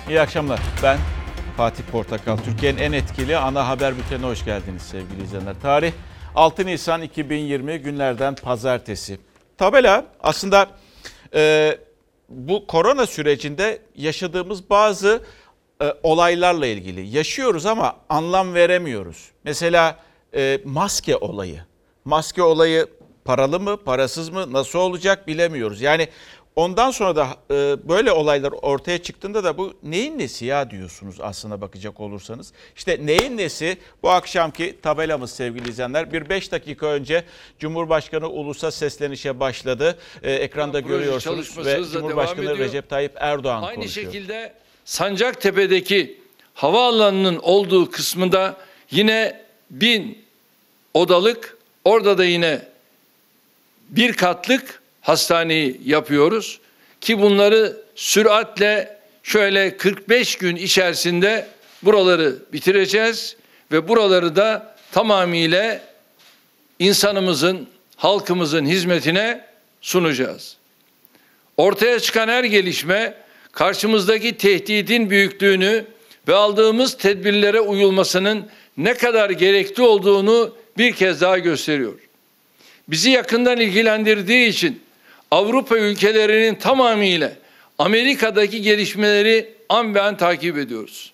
İyi akşamlar. Ben Fatih Portakal. Türkiye'nin en etkili ana haber bültenine hoş geldiniz sevgili izleyenler. Tarih 6 Nisan 2020 günlerden pazartesi. Tabela aslında bu korona sürecinde yaşadığımız bazı olaylarla ilgili. Yaşıyoruz ama anlam veremiyoruz. Mesela maske olayı. Maske olayı paralı mı, parasız mı, nasıl olacak bilemiyoruz. Yani ondan sonra da böyle olaylar ortaya çıktığında da bu neyin nesi ya diyorsunuz aslına bakacak olursanız. İşte neyin nesi bu akşamki tabelamız sevgili izleyenler. Bir 5 dakika önce Cumhurbaşkanı ulusa seslenişe başladı. Ekranda görüyorsunuz ve Cumhurbaşkanı Recep Tayyip Erdoğan aynı konuşuyor. Aynı şekilde Sancaktepe'deki havaalanının olduğu kısmında yine 1000 odalık, orada da yine 1 katlık hastaneyi yapıyoruz ki bunları süratle şöyle 45 gün içerisinde buraları bitireceğiz ve buraları da tamamıyla insanımızın, halkımızın hizmetine sunacağız. Ortaya çıkan her gelişme karşımızdaki tehdidin büyüklüğünü ve aldığımız tedbirlere uyulmasının ne kadar gerekli olduğunu bir kez daha gösteriyor. Bizi yakından ilgilendirdiği için Avrupa ülkelerinin tamamıyla Amerika'daki gelişmeleri an be an takip ediyoruz.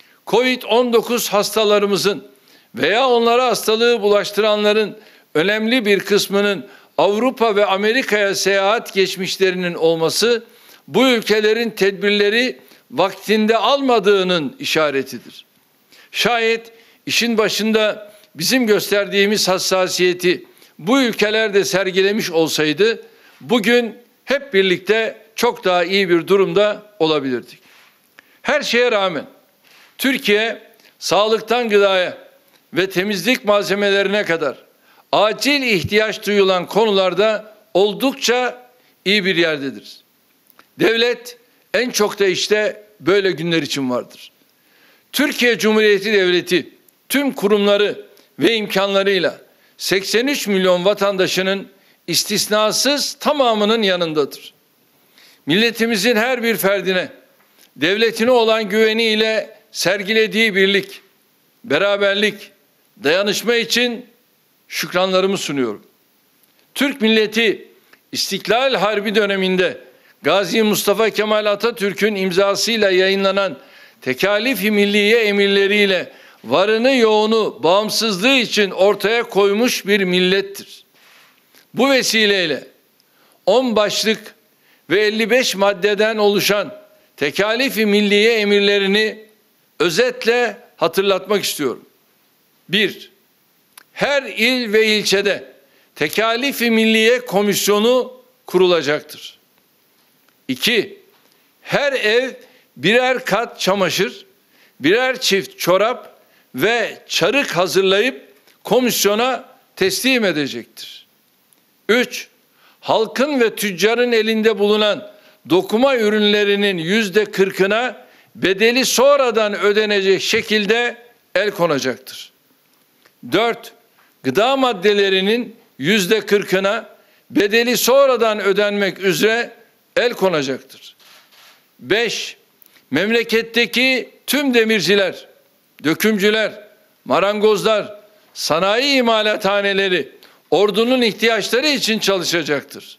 Covid-19 hastalarımızın veya onlara hastalığı bulaştıranların önemli bir kısmının Avrupa ve Amerika'ya seyahat geçmişlerinin olması bu ülkelerin tedbirleri vaktinde almadığının işaretidir. Şayet işin başında bizim gösterdiğimiz hassasiyeti bu ülkeler de sergilemiş olsaydı bugün hep birlikte çok daha iyi bir durumda olabilirdik. Her şeye rağmen Türkiye sağlıktan gıdaya ve temizlik malzemelerine kadar acil ihtiyaç duyulan konularda oldukça iyi bir yerdedir. Devlet en çok da işte böyle günler için vardır. Türkiye Cumhuriyeti Devleti tüm kurumları ve imkanlarıyla 83 milyon vatandaşının istisnasız tamamının yanındadır. Milletimizin her bir ferdine devletine olan güveniyle sergilediği birlik, beraberlik, dayanışma için şükranlarımı sunuyorum. Türk milleti İstiklal Harbi döneminde Gazi Mustafa Kemal Atatürk'ün imzasıyla yayınlanan Tekalif-i Milliye emirleriyle varını yoğunu bağımsızlığı için ortaya koymuş bir millettir. Bu vesileyle 10 başlık ve 55 maddeden oluşan Tekalif-i Milliye emirlerini özetle hatırlatmak istiyorum. 1. Her il ve ilçede Tekalif-i Milliye Komisyonu kurulacaktır. 2. Her ev birer kat çamaşır, birer çift çorap ve çarık hazırlayıp komisyona teslim edecektir. 3. Halkın ve tüccarın elinde bulunan dokuma ürünlerinin %40'ına bedeli sonradan ödenecek şekilde el konacaktır. 4. Gıda maddelerinin %40'ına bedeli sonradan ödenmek üzere el konacaktır. 5. Memleketteki tüm demirciler, dökümcüler, marangozlar, sanayi imalathaneleri ordunun ihtiyaçları için çalışacaktır.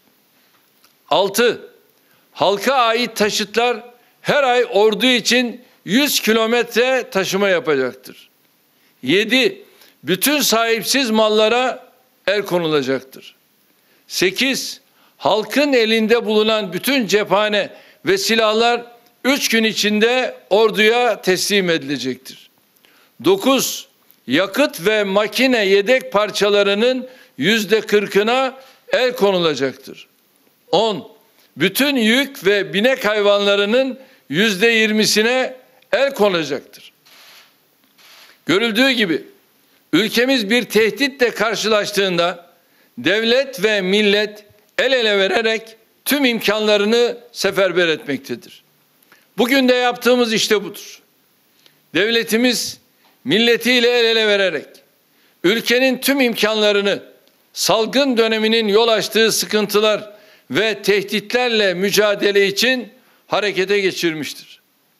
6. Halka ait taşıtlar her ay ordu için 100 kilometre taşıma yapacaktır. 7. Bütün sahipsiz mallara el konulacaktır. 8. Halkın elinde bulunan bütün cephane ve silahlar 3 gün içinde orduya teslim edilecektir. 9. Yakıt ve makine yedek parçalarının %40'ına el konulacaktır. 10. Bütün yük ve binek hayvanlarının %20'sine el konacaktır. Görüldüğü gibi ülkemiz bir tehditle karşılaştığında devlet ve millet el ele vererek tüm imkanlarını seferber etmektedir. Bugün de yaptığımız işte budur. Devletimiz milletiyle el ele vererek ülkenin tüm imkanlarını salgın döneminin yol açtığı sıkıntılar ve tehditlerle mücadele için harekete geçirmiştir.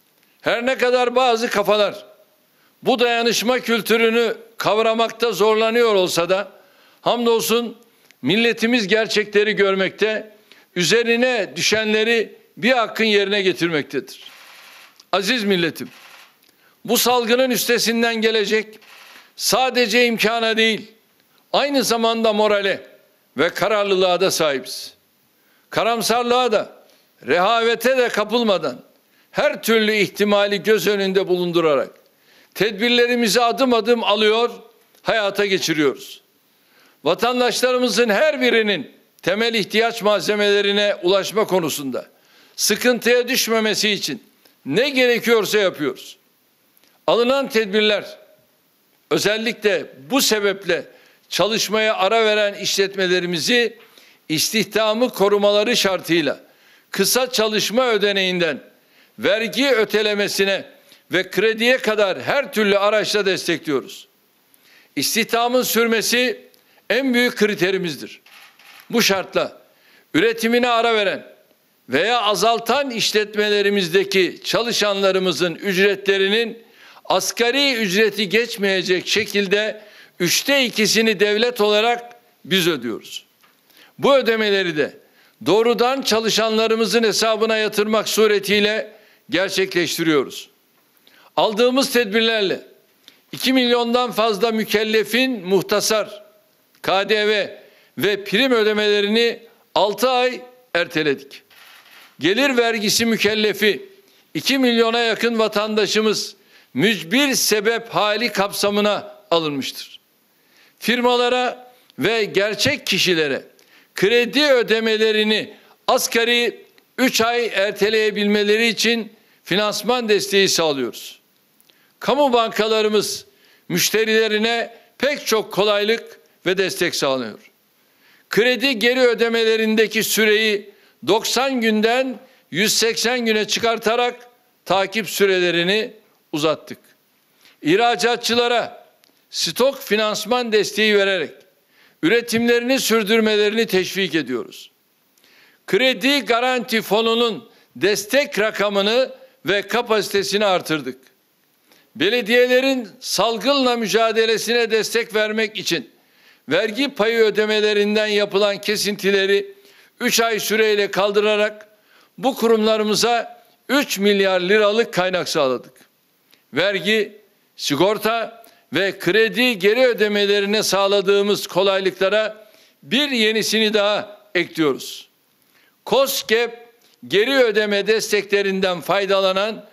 Her ne kadar bazı kafalar bu dayanışma kültürünü kavramakta zorlanıyor olsa da hamdolsun milletimiz gerçekleri görmekte, üzerine düşenleri bir hakkın yerine getirmektedir. Aziz milletim, bu salgının üstesinden gelecek sadece imkana değil, aynı zamanda morale ve kararlılığa da sahibiz. Karamsarlığa da, rehavete de kapılmadan her türlü ihtimali göz önünde bulundurarak tedbirlerimizi adım adım alıyor, hayata geçiriyoruz. Vatandaşlarımızın her birinin temel ihtiyaç malzemelerine ulaşma konusunda sıkıntıya düşmemesi için ne gerekiyorsa yapıyoruz. Alınan tedbirler, özellikle bu sebeple çalışmaya ara veren işletmelerimizi istihdamı korumaları şartıyla kısa çalışma ödeneğinden vergi ötelemesine ve krediye kadar her türlü araçla destekliyoruz. İstihdamın sürmesi en büyük kriterimizdir. Bu şartla üretimine ara veren veya azaltan işletmelerimizdeki çalışanlarımızın ücretlerinin asgari ücreti geçmeyecek şekilde 2/3'ünü devlet olarak biz ödüyoruz. Bu ödemeleri de doğrudan çalışanlarımızın hesabına yatırmak suretiyle gerçekleştiriyoruz. Aldığımız tedbirlerle 2 milyondan fazla mükellefin muhtasar, KDV ve prim ödemelerini 6 ay erteledik. Gelir vergisi mükellefi 2 milyona yakın vatandaşımız mücbir sebep hali kapsamına alınmıştır. Firmalara ve gerçek kişilere kredi ödemelerini asgari 3 ay erteleyebilmeleri için finansman desteği sağlıyoruz. Kamu bankalarımız müşterilerine pek çok kolaylık ve destek sağlıyor. Kredi geri ödemelerindeki süreyi 90 günden 180 güne çıkartarak takip sürelerini uzattık. İhracatçılara stok finansman desteği vererek üretimlerini sürdürmelerini teşvik ediyoruz. Kredi Garanti Fonu'nun destek rakamını ve kapasitesini artırdık. Belediyelerin salgınla mücadelesine destek vermek için vergi payı ödemelerinden yapılan kesintileri 3 ay süreyle kaldırarak bu kurumlarımıza 3 milyar liralık kaynak sağladık. Vergi, sigorta ve kredi geri ödemelerine sağladığımız kolaylıklara bir yenisini daha ekliyoruz. KOSGEB geri ödeme desteklerinden faydalanan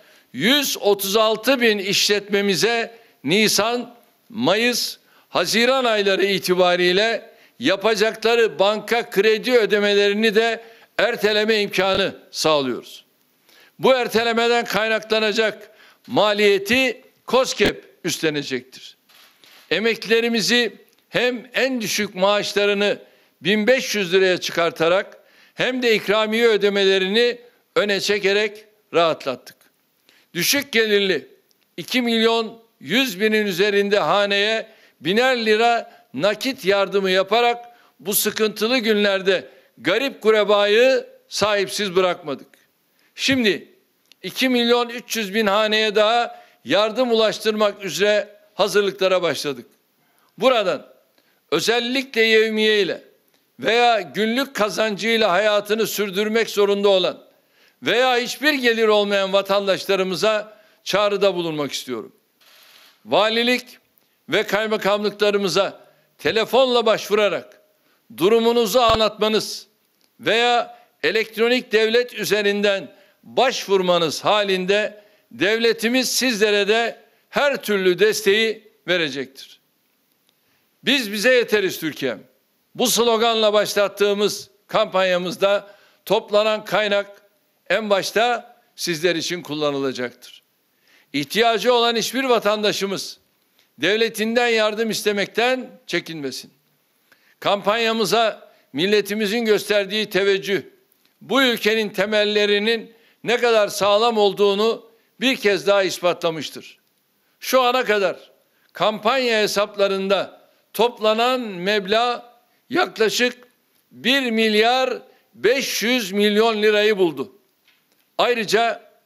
136 bin işletmemize Nisan, Mayıs, Haziran ayları itibariyle yapacakları banka kredi ödemelerini de erteleme imkanı sağlıyoruz. Bu ertelemeden kaynaklanacak maliyeti KOSGEB üstlenecektir. Emeklilerimizi hem en düşük maaşlarını 1500 liraya çıkartarak hem de ikramiye ödemelerini öne çekerek rahatlattık. Düşük gelirli 2 milyon 100 binin üzerinde haneye 1000'er lira nakit yardımı yaparak bu sıkıntılı günlerde garip gurebayı sahipsiz bırakmadık. Şimdi 2 milyon 300 bin haneye daha yardım ulaştırmak üzere hazırlıklara başladık. Buradan özellikle yevmiye ile veya günlük kazancıyla hayatını sürdürmek zorunda olan veya hiçbir gelir olmayan vatandaşlarımıza çağrıda bulunmak istiyorum. Valilik ve kaymakamlıklarımıza telefonla başvurarak durumunuzu anlatmanız veya elektronik devlet üzerinden başvurmanız halinde devletimiz sizlere de her türlü desteği verecektir. Biz bize yeteriz Türkiye'm. Bu sloganla başlattığımız kampanyamızda toplanan kaynak en başta sizler için kullanılacaktır. İhtiyacı olan hiçbir vatandaşımız devletinden yardım istemekten çekinmesin. Kampanyamıza milletimizin gösterdiği teveccüh, bu ülkenin temellerinin ne kadar sağlam olduğunu bir kez daha ispatlamıştır. Şu ana kadar kampanya hesaplarında toplanan meblağ yaklaşık 1 milyar 500 milyon lirayı buldu. Ayrıca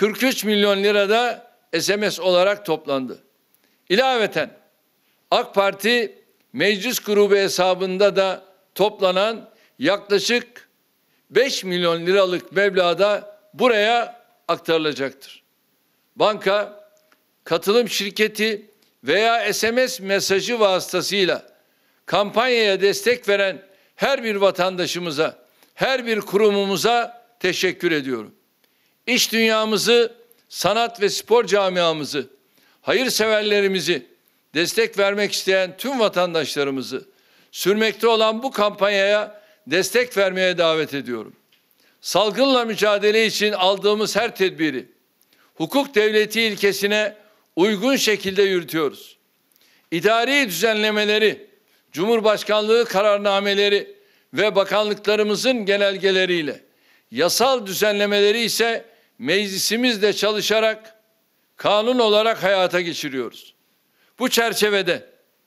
43 milyon lira da SMS olarak toplandı. İlaveten AK Parti meclis grubu hesabında da toplanan yaklaşık 5 milyon liralık meblağ da buraya aktarılacaktır. Banka, katılım şirketi veya SMS mesajı vasıtasıyla kampanyaya destek veren her bir vatandaşımıza, her bir kurumumuza teşekkür ediyorum. İş dünyamızı, sanat ve spor camiamızı, hayırseverlerimizi, destek vermek isteyen tüm vatandaşlarımızı sürmekte olan bu kampanyaya destek vermeye davet ediyorum. Salgınla mücadele için aldığımız her tedbiri hukuk devleti ilkesine uygun şekilde yürütüyoruz. İdari düzenlemeleri, Cumhurbaşkanlığı kararnameleri ve bakanlıklarımızın genelgeleriyle, yasal düzenlemeleri ise meclisimizle çalışarak kanun olarak hayata geçiriyoruz. Bu çerçevede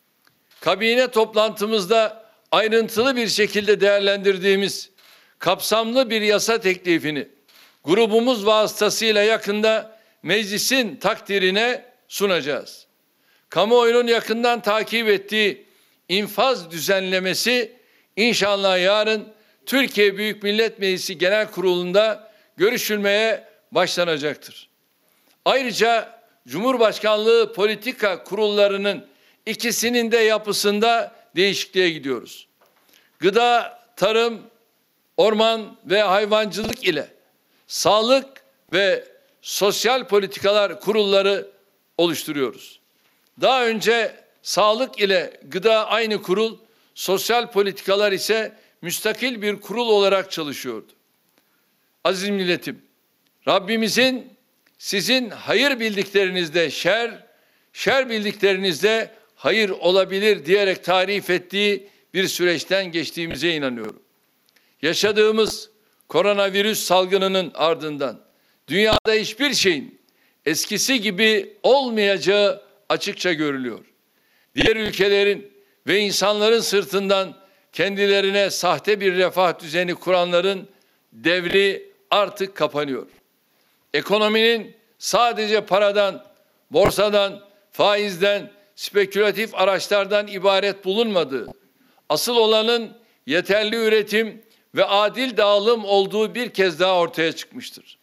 kabine toplantımızda ayrıntılı bir şekilde değerlendirdiğimiz kapsamlı bir yasa teklifini grubumuz vasıtasıyla yakında meclisin takdirine sunacağız. Kamuoyunun yakından takip ettiği infaz düzenlemesi inşallah yarın Türkiye Büyük Millet Meclisi Genel Kurulu'nda görüşülmeye başlanacaktır. Ayrıca Cumhurbaşkanlığı politika kurullarının ikisinin de yapısında değişikliğe gidiyoruz. Gıda, tarım, orman ve hayvancılık ile sağlık ve sosyal politikalar kurulları oluşturuyoruz. Daha önce sağlık ile gıda aynı kurul, sosyal politikalar ise müstakil bir kurul olarak çalışıyordu. Aziz milletim, Rabbimizin sizin hayır bildiklerinizde şer, şer bildiklerinizde hayır olabilir diyerek tarif ettiği bir süreçten geçtiğimize inanıyorum. Yaşadığımız koronavirüs salgınının ardından dünyada hiçbir şeyin eskisi gibi olmayacağı açıkça görülüyor. Diğer ülkelerin ve insanların sırtından kendilerine sahte bir refah düzeni kuranların devri artık kapanıyor. Ekonominin sadece paradan, borsadan, faizden, spekülatif araçlardan ibaret bulunmadığı, asıl olanın yeterli üretim ve adil dağılım olduğu bir kez daha ortaya çıkmıştır.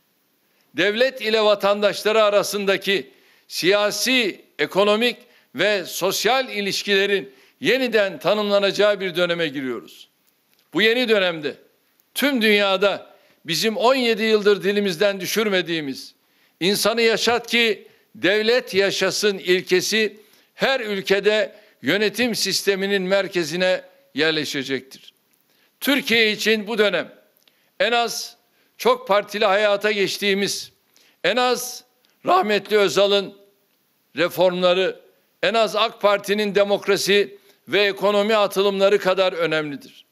Devlet ile vatandaşları arasındaki siyasi, ekonomik ve sosyal ilişkilerin yeniden tanımlanacağı bir döneme giriyoruz. Bu yeni dönemde tüm dünyada bizim 17 yıldır dilimizden düşürmediğimiz insanı yaşat ki devlet yaşasın ilkesi her ülkede yönetim sisteminin merkezine yerleşecektir. Türkiye için bu dönem en az çok partili hayata geçtiğimiz, en az rahmetli Özal'ın reformları, en az AK Parti'nin demokrasi ve ekonomi atılımları kadar önemlidir.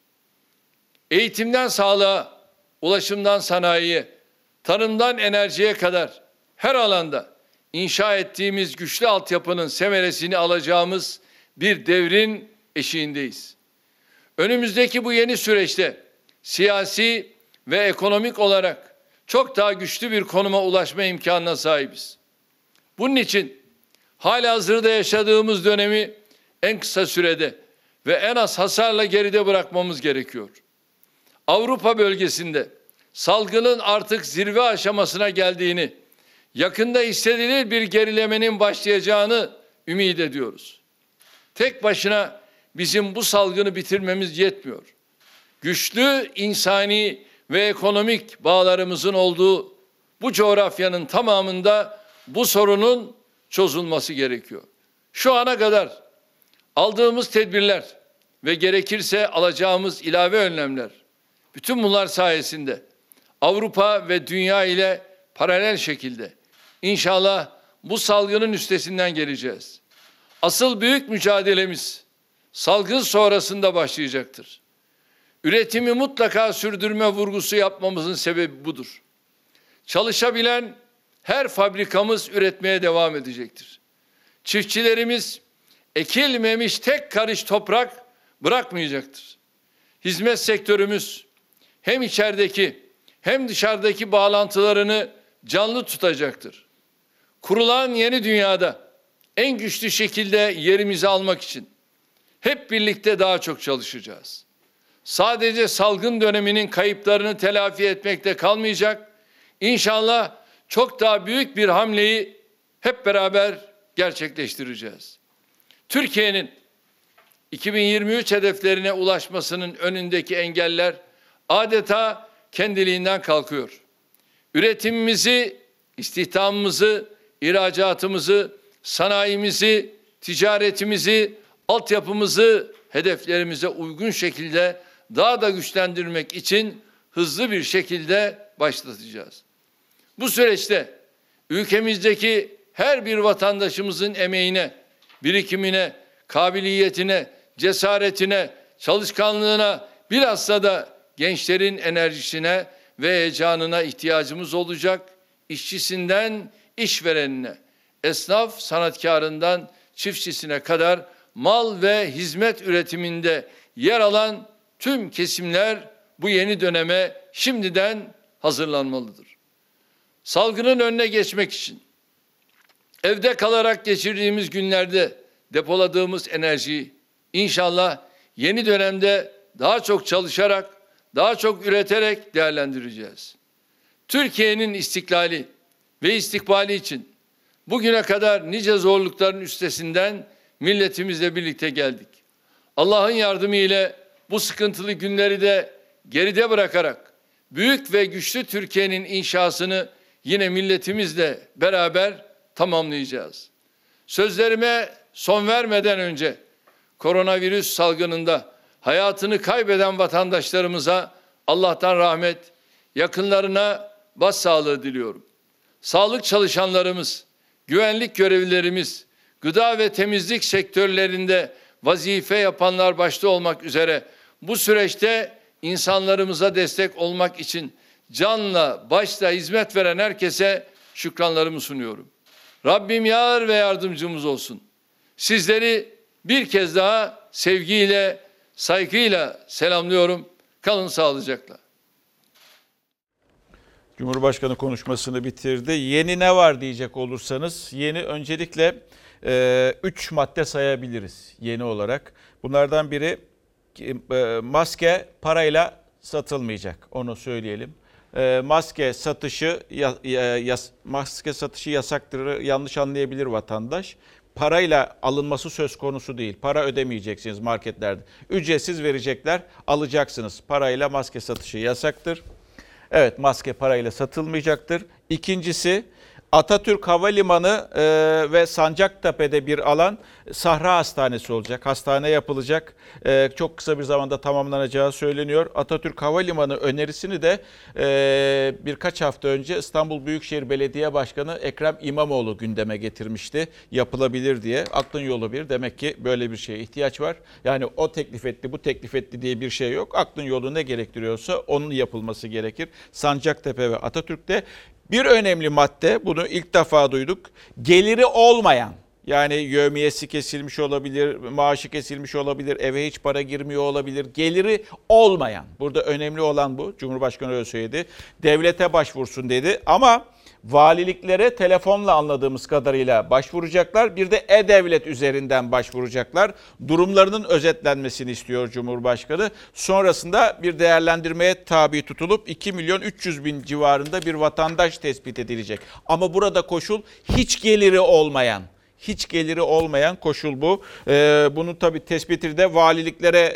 Eğitimden sağlığa, ulaşımdan sanayiye, tarımdan enerjiye kadar her alanda inşa ettiğimiz güçlü altyapının semeresini alacağımız bir devrin eşiğindeyiz. Önümüzdeki bu yeni süreçte siyasi ve ekonomik olarak çok daha güçlü bir konuma ulaşma imkanına sahibiz. Bunun için halihazırda yaşadığımız dönemi en kısa sürede ve en az hasarla geride bırakmamız gerekiyor. Avrupa bölgesinde salgının artık zirve aşamasına geldiğini, yakında hissedilir bir gerilemenin başlayacağını ümit ediyoruz. Tek başına bizim bu salgını bitirmemiz yetmiyor. Güçlü insani ve ekonomik bağlarımızın olduğu bu coğrafyanın tamamında bu sorunun çözülmesi gerekiyor. Şu ana kadar aldığımız tedbirler ve gerekirse alacağımız ilave önlemler, bütün bunlar sayesinde Avrupa ve dünya ile paralel şekilde inşallah bu salgının üstesinden geleceğiz. Asıl büyük mücadelemiz salgın sonrasında başlayacaktır. Üretimi mutlaka sürdürme vurgusu yapmamızın sebebi budur. Çalışabilen her fabrikamız üretmeye devam edecektir. Çiftçilerimiz ekilmemiş tek karış toprak bırakmayacaktır. Hizmet sektörümüz hem içerideki hem dışarıdaki bağlantılarını canlı tutacaktır. Kurulan yeni dünyada en güçlü şekilde yerimizi almak için hep birlikte daha çok çalışacağız. Sadece salgın döneminin kayıplarını telafi etmekte kalmayacak, İnşallah çok daha büyük bir hamleyi hep beraber gerçekleştireceğiz. Türkiye'nin 2023 hedeflerine ulaşmasının önündeki engeller adeta kendiliğinden kalkıyor. Üretimimizi, istihdamımızı, ihracatımızı, sanayimizi, ticaretimizi, altyapımızı hedeflerimize uygun şekilde daha da güçlendirmek için hızlı bir şekilde başlatacağız. Bu süreçte ülkemizdeki her bir vatandaşımızın emeğine, birikimine, kabiliyetine, cesaretine, çalışkanlığına, bilhassa da gençlerin enerjisine ve heyecanına ihtiyacımız olacak. İşçisinden işverenine, esnaf sanatkarından çiftçisine kadar mal ve hizmet üretiminde yer alan tüm kesimler bu yeni döneme şimdiden hazırlanmalıdır. Salgının önüne geçmek için evde kalarak geçirdiğimiz günlerde depoladığımız enerjiyi inşallah yeni dönemde daha çok çalışarak, daha çok üreterek değerlendireceğiz. Türkiye'nin istiklali ve istikbali için bugüne kadar nice zorlukların üstesinden milletimizle birlikte geldik. Allah'ın yardımı ile bu sıkıntılı günleri de geride bırakarak büyük ve güçlü Türkiye'nin inşasını yine milletimizle beraber tamamlayacağız. Sözlerime son vermeden önce koronavirüs salgınında hayatını kaybeden vatandaşlarımıza Allah'tan rahmet, yakınlarına başsağlığı diliyorum. Sağlık çalışanlarımız, güvenlik görevlilerimiz, gıda ve temizlik sektörlerinde vazife yapanlar başta olmak üzere bu süreçte insanlarımıza destek olmak için canla başla hizmet veren herkese şükranlarımı sunuyorum. Rabbim yar ve yardımcımız olsun. Sizleri bir kez daha sevgiyle, saygıyla selamlıyorum. Kalın sağlıcakla. Cumhurbaşkanı konuşmasını bitirdi. Yeni ne var diyecek olursanız, yeni öncelikle 3 madde sayabiliriz yeni olarak. Bunlardan biri maske parayla satılmayacak, onu söyleyelim. Maske satışı yasaktır, yanlış anlayabilir vatandaş. Parayla alınması söz konusu değil. Para ödemeyeceksiniz marketlerde. Ücretsiz verecekler, alacaksınız. Parayla maske satışı yasaktır. Evet, maske parayla satılmayacaktır. İkincisi, Atatürk Havalimanı ve Sancaktepe'de bir alan Sahra Hastanesi olacak. Hastane yapılacak. Çok kısa bir zamanda tamamlanacağı söyleniyor. Atatürk Havalimanı önerisini de birkaç hafta önce İstanbul Büyükşehir Belediye Başkanı Ekrem İmamoğlu gündeme getirmişti. Yapılabilir diye. Aklın yolu bir. Demek ki böyle bir şeye ihtiyaç var. Yani o teklif etti, bu teklif etti diye bir şey yok. Aklın yolu ne gerektiriyorsa onun yapılması gerekir. Sancaktepe ve Atatürk'te. Bir önemli madde, bunu ilk defa duyduk, geliri olmayan, yani yevmiyesi kesilmiş olabilir, maaşı kesilmiş olabilir, eve hiç para girmiyor olabilir, geliri olmayan, burada önemli olan bu, Cumhurbaşkanı öyle söyledi, devlete başvursun dedi ama valiliklere telefonla anladığımız kadarıyla başvuracaklar. Bir de E-Devlet üzerinden başvuracaklar. Durumlarının özetlenmesini istiyor Cumhurbaşkanı. Sonrasında bir değerlendirmeye tabi tutulup 2.300.000 civarında bir vatandaş tespit edilecek. Ama burada koşul hiç geliri olmayan. Hiç geliri olmayan koşul bu. Bunun tabii tespiti de valiliklere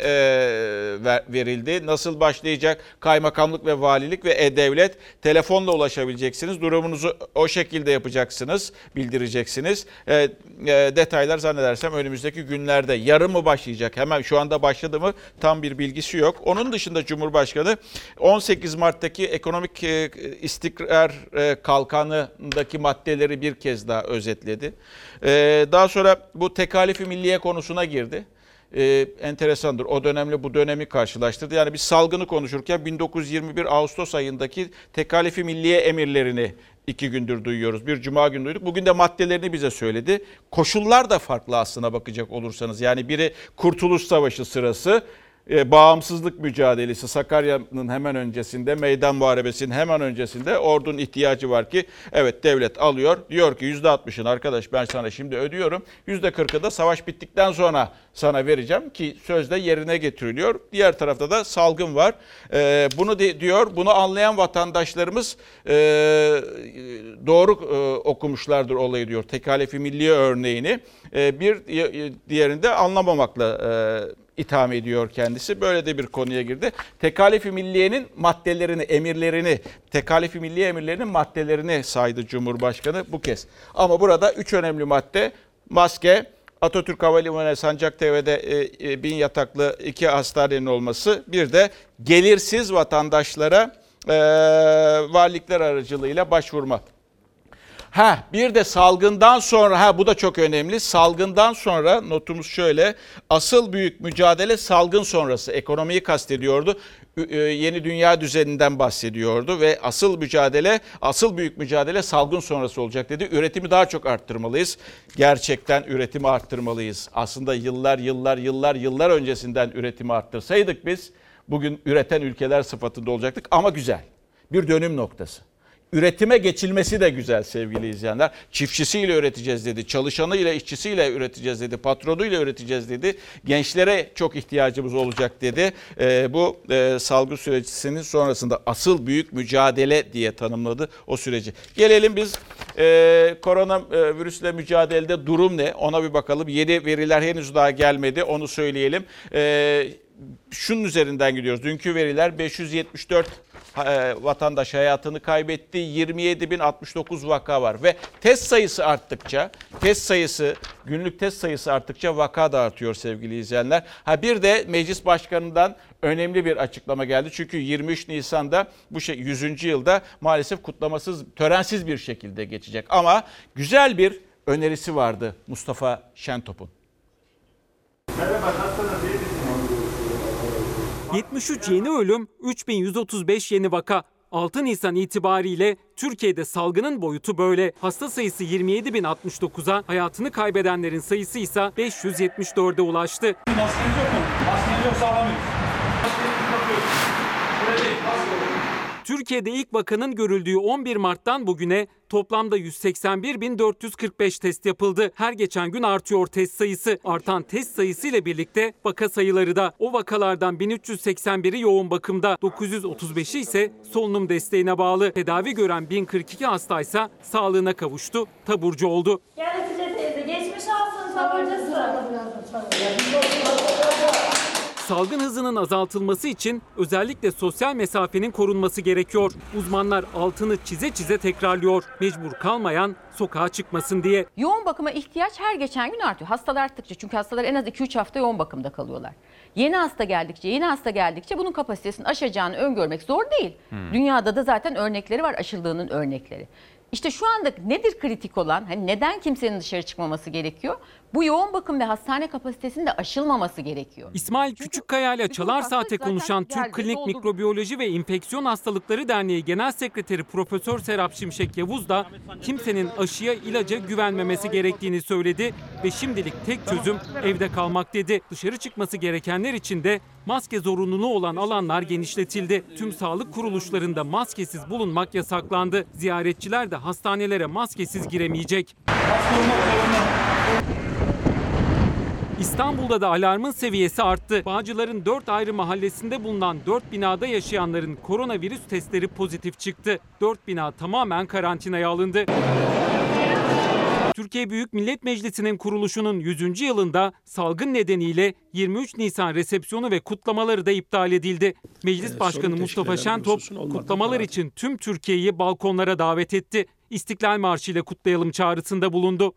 verildi. Nasıl başlayacak? Kaymakamlık ve valilik ve E-Devlet telefonla ulaşabileceksiniz. Durumunuzu o şekilde yapacaksınız, bildireceksiniz. Detaylar zannedersem önümüzdeki günlerde. Yarın mı başlayacak? Hemen şu anda başladı mı? Tam bir bilgisi yok. Onun dışında Cumhurbaşkanı 18 Mart'taki ekonomik istikrar kalkanındaki maddeleri bir kez daha özetledi. Daha sonra bu tekalifi milliye konusuna girdi. Enteresandır. O dönemle bu dönemi karşılaştırdı. Yani biz salgını konuşurken 1921 Ağustos ayındaki tekalifi milliye emirlerini 2 gündür duyuyoruz. Bir cuma günü duyduk. Bugün de maddelerini bize söyledi. Koşullar da farklı aslına bakacak olursanız. Yani biri Kurtuluş Savaşı sırası. bağımsızlık mücadelesi Sakarya'nın hemen öncesinde, meydan muharebesinin hemen öncesinde ordunun ihtiyacı var ki evet devlet alıyor. Diyor ki %60'ını arkadaş ben sana şimdi ödüyorum. %40'ı da savaş bittikten sonra sana vereceğim ki sözde yerine getiriliyor. Diğer tarafta da salgın var. Bunu diyor, bunu anlayan vatandaşlarımız doğru okumuşlardır olayı diyor. Tekalifi milliye örneğini bir diğerinde anlamamakla itham ediyor kendisi. Böyle de bir konuya girdi. Tekalifi milliyenin maddelerini, emirlerini, tekalifi milliye emirlerinin maddelerini saydı Cumhurbaşkanı bu kez. Ama burada 3 önemli madde: maske, Atatürk Havalimanı Sancaktepe'de 1000 yataklı 2 hastanenin olması, bir de gelirsiz vatandaşlara valilikler aracılığıyla başvurma. Bir de salgından sonra, bu da çok önemli. Salgından sonra notumuz şöyle: asıl büyük mücadele salgın sonrası. Ekonomiyi kastediyordu. Yeni dünya düzeninden bahsediyordu ve asıl büyük mücadele salgın sonrası olacak dedi. Üretimi daha çok arttırmalıyız. Gerçekten üretimi arttırmalıyız. Aslında yıllar öncesinden üretimi arttırsaydık biz bugün üreten ülkeler sıfatında olacaktık ama güzel. Bir dönüm noktası. Üretime geçilmesi de güzel sevgili izleyenler. Çiftçisiyle üreteceğiz dedi, çalışanıyla, işçisiyle üreteceğiz dedi, patronuyla üreteceğiz dedi. Gençlere çok ihtiyacımız olacak dedi. Bu salgın sürecinin sonrasında asıl büyük mücadele diye tanımladı o süreci. Gelelim biz koronavirüsle mücadelede durum ne? Ona bir bakalım. Yeni veriler henüz daha gelmedi, onu söyleyelim. Şunun üzerinden gidiyoruz. Dünkü veriler 574 vatandaş hayatını kaybetti. 27.069 vaka var ve test sayısı arttıkça, günlük test sayısı arttıkça vaka da artıyor sevgili izleyenler. Bir de Meclis Başkanı'ndan önemli bir açıklama geldi. Çünkü 23 Nisan'da bu 100. yılda maalesef kutlamasız, törensiz bir şekilde geçecek. Ama güzel bir önerisi vardı Mustafa Şentop'un. Merhaba, nasılsınız? 73 yeni ölüm, 3135 yeni vaka. 6 Nisan itibariyle Türkiye'de salgının boyutu böyle. Hasta sayısı 27.069'a, hayatını kaybedenlerin sayısı ise 574'e ulaştı. Maskeniz yok mu? Maskeniz yoksa alamayız. Maskenizi takıyoruz. Buraya değil, maske olun. Türkiye'de ilk vakanın görüldüğü 11 Mart'tan bugüne toplamda 181.445 test yapıldı. Her geçen gün artıyor test sayısı. Artan test sayısı ile birlikte vaka sayıları da. O vakalardan 1381'i yoğun bakımda, 935'i ise solunum desteğine bağlı. Tedavi gören 1042 hastaysa sağlığına kavuştu, taburcu oldu. Gel Hatice teyze, geçmiş olsun taburcusu. Salgın hızının azaltılması için özellikle sosyal mesafenin korunması gerekiyor. Uzmanlar altını çize çize tekrarlıyor. Mecbur kalmayan sokağa çıkmasın diye. Yoğun bakıma ihtiyaç her geçen gün artıyor. Hastalar arttıkça, çünkü hastalar en az 2-3 hafta yoğun bakımda kalıyorlar. Yeni hasta geldikçe bunun kapasitesini aşacağını öngörmek zor değil. Dünyada da zaten örnekleri var, aşıldığının örnekleri. İşte şu anda nedir kritik olan? Neden kimsenin dışarı çıkmaması gerekiyor? Bu yoğun bakım ve hastane kapasitesinin de aşılmaması gerekiyor. İsmail Küçükkaya ile Çalar Saat'e konuşan Türk Klinik Mikrobiyoloji ve İnfeksiyon Hastalıkları Derneği Genel Sekreteri Profesör Serap Şimşek Yavuz da kimsenin aşıya, ilaca güvenmemesi gerektiğini söyledi ve şimdilik tek çözüm evde kalmak dedi. Dışarı çıkması gerekenler için de maske zorunluluğu olan alanlar genişletildi. Tüm sağlık kuruluşlarında maskesiz bulunmak yasaklandı. Ziyaretçiler de hastanelere maskesiz giremeyecek. İstanbul'da da alarmın seviyesi arttı. Bağcılar'ın 4 ayrı mahallesinde bulunan 4 binada yaşayanların koronavirüs testleri pozitif çıktı. 4 bina tamamen karantinaya alındı. Türkiye Büyük Millet Meclisi'nin kuruluşunun 100. yılında salgın nedeniyle 23 Nisan resepsiyonu ve kutlamaları da iptal edildi. Meclis Başkanı Mustafa Şentop kutlamalar için tüm Türkiye'yi balkonlara davet etti. İstiklal Marşı ile kutlayalım çağrısında bulundu.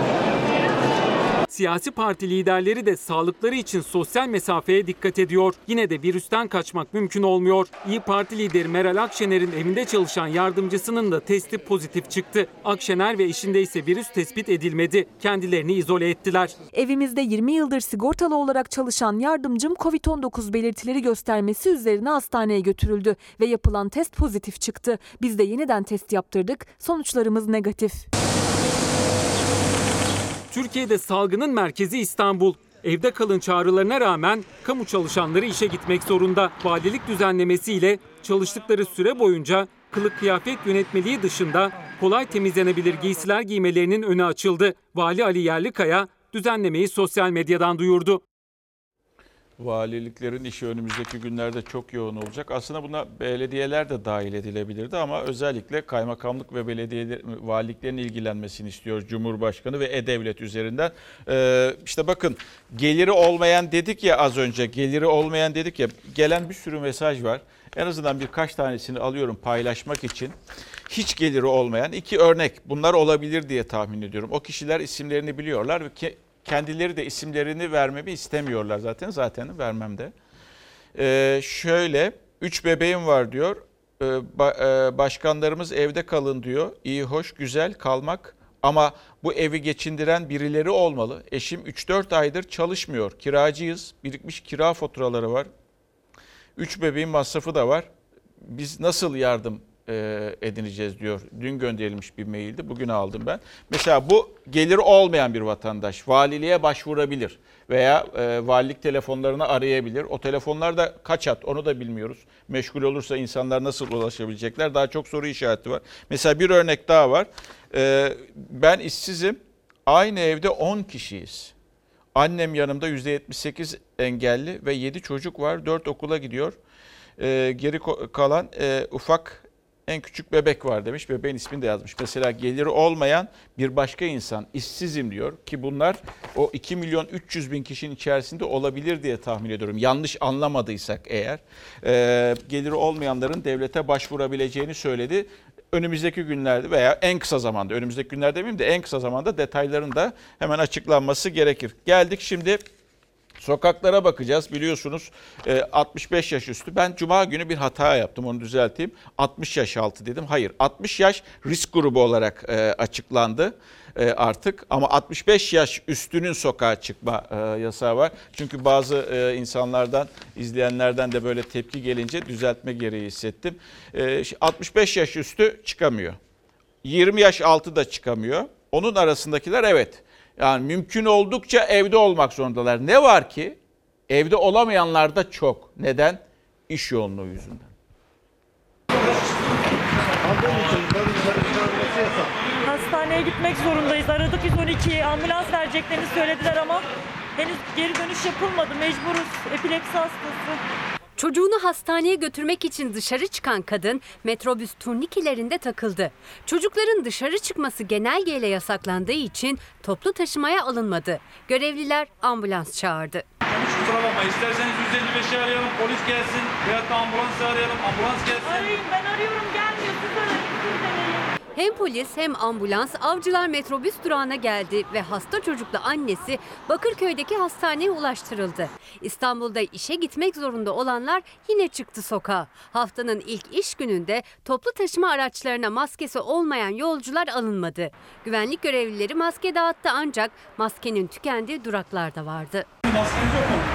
Siyasi parti liderleri de sağlıkları için sosyal mesafeye dikkat ediyor. Yine de virüsten kaçmak mümkün olmuyor. İYİ Parti lideri Meral Akşener'in evinde çalışan yardımcısının da testi pozitif çıktı. Akşener ve eşinde ise virüs tespit edilmedi. Kendilerini izole ettiler. Evimizde 20 yıldır sigortalı olarak çalışan yardımcım COVID-19 belirtileri göstermesi üzerine hastaneye götürüldü ve yapılan test pozitif çıktı. Biz de yeniden test yaptırdık. Sonuçlarımız negatif. Türkiye'de salgının merkezi İstanbul. Evde kalın çağrılarına rağmen kamu çalışanları işe gitmek zorunda. Valilik düzenlemesiyle çalıştıkları süre boyunca kılık kıyafet yönetmeliği dışında kolay temizlenebilir giysiler giymelerinin önü açıldı. Vali Ali Yerlikaya düzenlemeyi sosyal medyadan duyurdu. Valiliklerin işi önümüzdeki günlerde çok yoğun olacak. Aslında buna belediyeler de dahil edilebilirdi ama özellikle kaymakamlık ve valiliklerin ilgilenmesini istiyor Cumhurbaşkanı ve E-Devlet üzerinden. İşte bakın, geliri olmayan dedik ya az önce, gelen bir sürü mesaj var. En azından birkaç tanesini alıyorum paylaşmak için. Hiç geliri olmayan 2 örnek bunlar olabilir diye tahmin ediyorum. O kişiler isimlerini biliyorlar ve kendileri de isimlerini vermemi istemiyorlar zaten vermem de. Şöyle 3 bebeğim var diyor. Başkanlarımız evde kalın diyor. İyi, hoş, güzel kalmak ama bu evi geçindiren birileri olmalı. Eşim 3-4 aydır çalışmıyor. Kiracıyız. Birikmiş kira faturaları var. 3 bebeğin masrafı da var. Biz nasıl yardım edineceğiz diyor. Dün gönderilmiş bir maildi. Bugün aldım ben. Mesela bu geliri olmayan bir vatandaş valiliğe başvurabilir veya valilik telefonlarını arayabilir. O telefonlar da kaç hat onu da bilmiyoruz. Meşgul olursa insanlar nasıl ulaşabilecekler? Daha çok soru işareti var. Mesela bir örnek daha var. Ben işsizim. Aynı evde 10 kişiyiz. Annem yanımda %78 engelli ve 7 çocuk var. 4 okula gidiyor. Geri kalan ufak en küçük bebek var demiş. Bebeğin ismini de yazmış. Mesela geliri olmayan bir başka insan işsizim diyor ki bunlar o 2.300.000 kişinin içerisinde olabilir diye tahmin ediyorum. Yanlış anlamadıysak eğer geliri olmayanların devlete başvurabileceğini söyledi. Önümüzdeki günlerde veya en kısa zamanda, önümüzdeki günlerde demeyeyim de en kısa zamanda detayların da hemen açıklanması gerekir. Geldik şimdi sokaklara bakacağız. Biliyorsunuz 65 yaş üstü. Ben cuma günü bir hata yaptım, onu düzelteyim. 60 yaş altı dedim. Hayır, 60 yaş risk grubu olarak açıklandı artık. Ama 65 yaş üstünün sokağa çıkma yasağı var. Çünkü bazı insanlardan, izleyenlerden de böyle tepki gelince düzeltme gereği hissettim. 65 yaş üstü çıkamıyor. 20 yaş altı da çıkamıyor. Onun arasındakiler evet. Yani mümkün oldukça evde olmak zorundalar. Ne var ki evde olamayanlar da çok. Neden? İş yoğunluğu yüzünden. Hastaneye gitmek zorundayız. Aradık 112'yi. Ambulans vereceklerini söylediler ama henüz geri dönüş yapılmadı. Mecburuz. Epilepsi hastası. Çocuğunu hastaneye götürmek için dışarı çıkan kadın metrobüs turnikelerinde takıldı. Çocukların dışarı çıkması genelgeyle yasaklandığı için toplu taşımaya alınmadı. Görevliler ambulans çağırdı. Kusura bakma, isterseniz 155'i arayalım, polis gelsin veyahut da ambulans arayalım, ambulans gelsin. Arayın, ben arıyorum, gelmiyor. Siz arayın, siz deneyin. Hem polis hem ambulans Avcılar metrobüs durağına geldi ve hasta çocuklu annesi Bakırköy'deki hastaneye ulaştırıldı. İstanbul'da işe gitmek zorunda olanlar yine çıktı sokağa. Haftanın ilk iş gününde toplu taşıma araçlarına maskesi olmayan yolcular alınmadı. Güvenlik görevlileri maske dağıttı ancak maskenin tükendiği duraklar da vardı. Maskeniz yok mu?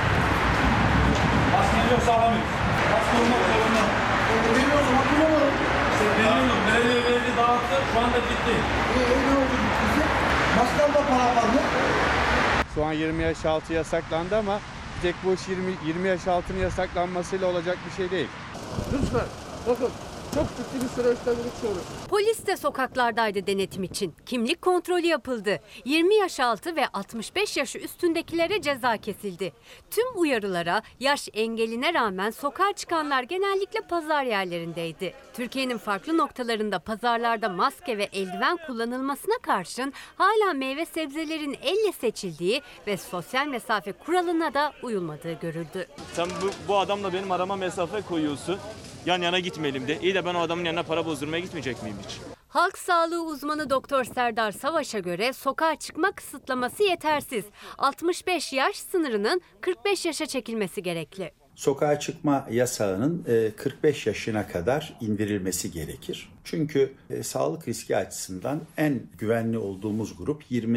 Maskeniz yoksa alamıyoruz. Maske olmak zorunda. Benim o zaman kullanalım. Veriyorum. Belediye verdi, dağıttı. Şu anda bitti. Ne oldu bittiyse? Maskemde para var mı? Şu an 20 yaş altı yasaklandı ama tek bu iş 20 yaş altının yasaklanmasıyla olacak bir şey değil. Lütfen bakın çok ciddi bir süreçten geçiyoruz. Polis de sokaklardaydı denetim için. Kimlik kontrolü yapıldı. 20 yaş altı ve 65 yaş üstündekilere ceza kesildi. Tüm uyarılara, yaş engeline rağmen sokağa çıkanlar genellikle pazar yerlerindeydi. Türkiye'nin farklı noktalarında pazarlarda maske ve eldiven kullanılmasına karşın hala meyve sebzelerin elle seçildiği ve sosyal mesafe kuralına da uyulmadığı görüldü. Sen bu adamla benim arama mesafe koyuyorsun. Yan yana gitmeyelim de. İyi de ben o adamın yanına para bozdurmaya gitmeyecek miyim hiç? Halk sağlığı uzmanı Doktor Serdar Savaş'a göre sokağa çıkma kısıtlaması yetersiz. 65 yaş sınırının 45 yaşa çekilmesi gerekli. Sokağa çıkma yasağının 45 yaşına kadar indirilmesi gerekir. Çünkü sağlık riski açısından en güvenli olduğumuz grup 20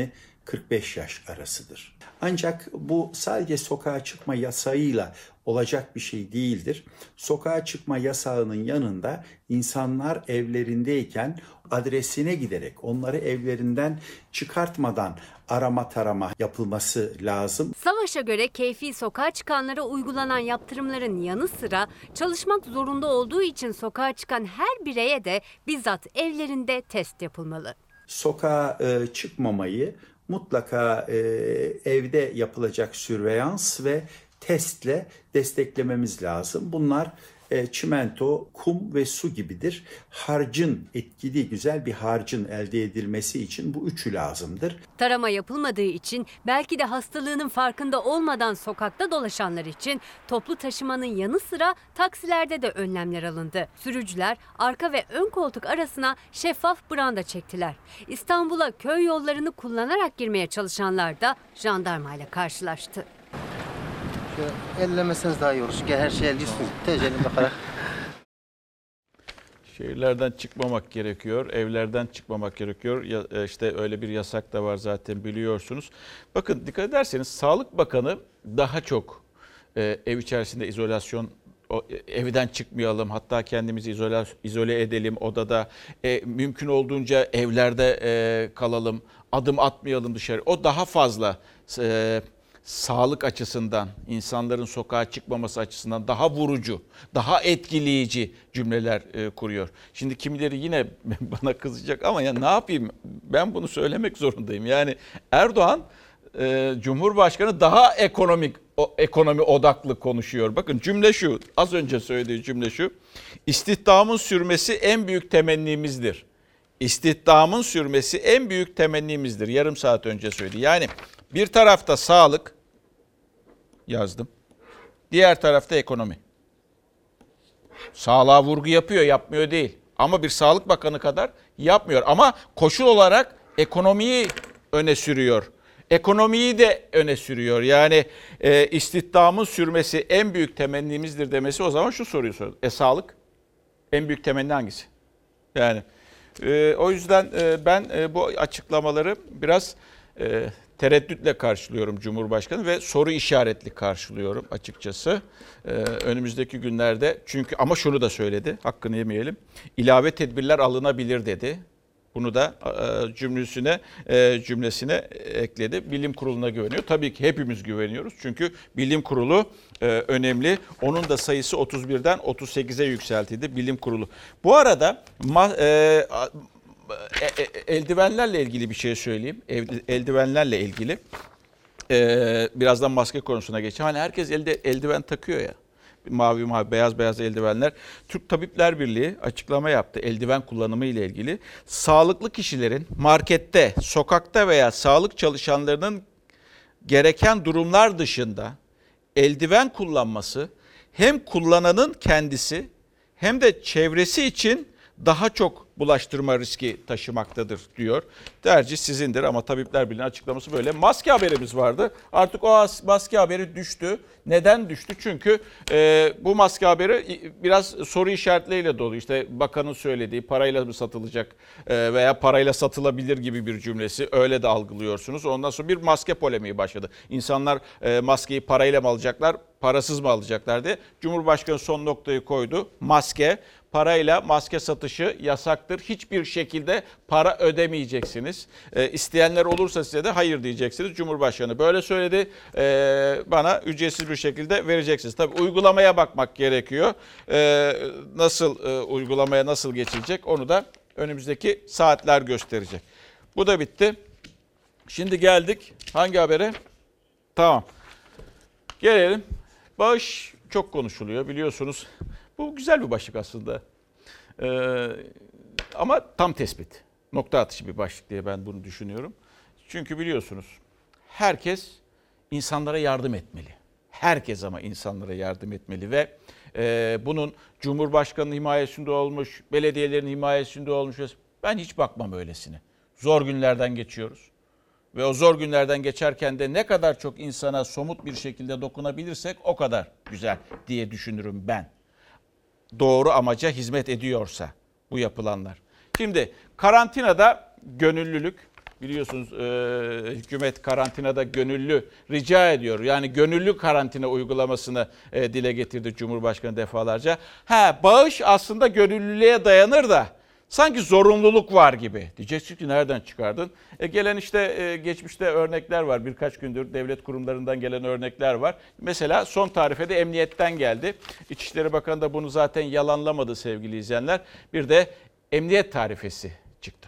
45 yaş arasıdır. Ancak bu sadece sokağa çıkma yasağıyla olacak bir şey değildir. Sokağa çıkma yasağının yanında insanlar evlerindeyken adresine giderek onları evlerinden çıkartmadan arama tarama yapılması lazım. Savaş'a göre keyfi sokağa çıkanlara uygulanan yaptırımların yanı sıra çalışmak zorunda olduğu için sokağa çıkan her bireye de bizzat evlerinde test yapılmalı. Sokağa çıkmamayı mutlaka evde yapılacak sürveyans ve testle desteklememiz lazım. Bunlar çimento, kum ve su gibidir. Harcın, etkili güzel bir harcın elde edilmesi için bu üçü lazımdır. Tarama yapılmadığı için belki de hastalığının farkında olmadan sokakta dolaşanlar için toplu taşımanın yanı sıra taksilerde de önlemler alındı. Sürücüler arka ve ön koltuk arasına şeffaf branda çektiler. İstanbul'a köy yollarını kullanarak girmeye çalışanlar da jandarmayla karşılaştı. Ellemeseniz daha iyi olur. Çünkü her şey elliyorsunuz. Tecelle bakarak. Şehirlerden çıkmamak gerekiyor, evlerden çıkmamak gerekiyor. İşte öyle bir yasak da var zaten biliyorsunuz. Bakın dikkat ederseniz Sağlık Bakanı daha çok ev içerisinde izolasyon, evden çıkmayalım, hatta kendimizi izole edelim odada, mümkün olduğunca evlerde kalalım, adım atmayalım dışarı. O daha fazla sağlık açısından, insanların sokağa çıkmaması açısından daha vurucu, daha etkileyici cümleler kuruyor. Şimdi kimileri yine bana kızacak ama ya ne yapayım, ben bunu söylemek zorundayım. Yani Erdoğan, Cumhurbaşkanı daha ekonomi odaklı konuşuyor. Bakın cümle şu, az önce söylediği cümle şu: İstihdamın sürmesi en büyük temennimizdir. İstihdamın sürmesi en büyük temennimizdir. Yarım saat önce söyledi. Yani bir tarafta sağlık, yazdım. Diğer tarafta ekonomi. Sağlığa vurgu yapıyor, yapmıyor değil. Ama bir Sağlık Bakanı kadar yapmıyor. Ama koşul olarak ekonomiyi öne sürüyor. Ekonomiyi de öne sürüyor. Yani istihdamın sürmesi en büyük temennimizdir demesi, o zaman şu soruyu soruyor. Sağlık en büyük temenni hangisi? Yani o yüzden ben bu açıklamaları biraz tereddütle karşılıyorum Cumhurbaşkanı ve soru işaretli karşılıyorum açıkçası. Önümüzdeki günlerde, çünkü ama şunu da söyledi, hakkını yemeyelim. İlave tedbirler alınabilir dedi. Bunu da cümlesine ekledi. Bilim Kurulu'na güveniyor. Tabii ki hepimiz güveniyoruz. Çünkü Bilim Kurulu önemli. Onun da sayısı 31'den 38'e yükseltildi Bilim Kurulu. Bu arada eldivenlerle ilgili bir şey söyleyeyim. Eldivenlerle ilgili birazdan maske konusuna geçeceğim. Hani herkes eldiven takıyor ya. Mavi beyaz eldivenler. Türk Tabipler Birliği açıklama yaptı eldiven kullanımı ile ilgili. Sağlıklı kişilerin markette, sokakta veya sağlık çalışanlarının gereken durumlar dışında eldiven kullanması hem kullananın kendisi hem de çevresi için daha çok bulaştırma riski taşımaktadır diyor. Tercih sizindir ama Tabipler Birliği'nin açıklaması böyle. Maske haberimiz vardı. Artık o maske haberi düştü. Neden düştü? Çünkü bu maske haberi biraz soru işaretleriyle dolu. İşte bakanın söylediği parayla mı satılacak veya parayla satılabilir gibi bir cümlesi. Öyle de algılıyorsunuz. Ondan sonra bir maske polemiği başladı. İnsanlar maskeyi parayla mı alacaklar, parasız mı alacaklar diye. Cumhurbaşkanı son noktayı koydu. Parayla maske satışı yasaktır. Hiçbir şekilde para ödemeyeceksiniz. İsteyenler olursa size de hayır diyeceksiniz. Cumhurbaşkanı böyle söyledi. Bana ücretsiz bir şekilde vereceksiniz. Tabii uygulamaya bakmak gerekiyor. Uygulamaya nasıl geçilecek onu da önümüzdeki saatler gösterecek. Bu da bitti. Şimdi geldik hangi habere? Tamam. Gelelim. Bağış çok konuşuluyor biliyorsunuz. Bu güzel bir başlık aslında. Ama tam tespit. Nokta atışı bir başlık diye ben bunu düşünüyorum. Çünkü biliyorsunuz herkes insanlara yardım etmeli. Herkes ama insanlara yardım etmeli ve bunun Cumhurbaşkanı'nın himayesinde olmuş, belediyelerin himayesinde olmuş. Ben hiç bakmam öylesine. Zor günlerden geçiyoruz. Ve o zor günlerden geçerken de ne kadar çok insana somut bir şekilde dokunabilirsek o kadar güzel diye düşünürüm ben. Doğru amaca hizmet ediyorsa bu yapılanlar. Şimdi karantinada gönüllülük Biliyorsunuz hükümet karantinada gönüllü rica ediyor. Yani gönüllü karantina uygulamasını dile getirdi Cumhurbaşkanı defalarca. Bağış aslında gönüllülüğe dayanır da sanki zorunluluk var gibi. Diyeceksin ki nereden çıkardın? Gelen işte geçmişte örnekler var. Birkaç gündür devlet kurumlarından gelen örnekler var. Mesela son tarifede emniyetten geldi. İçişleri Bakanı da bunu zaten yalanlamadı sevgili izleyenler. Bir de emniyet tarifesi çıktı.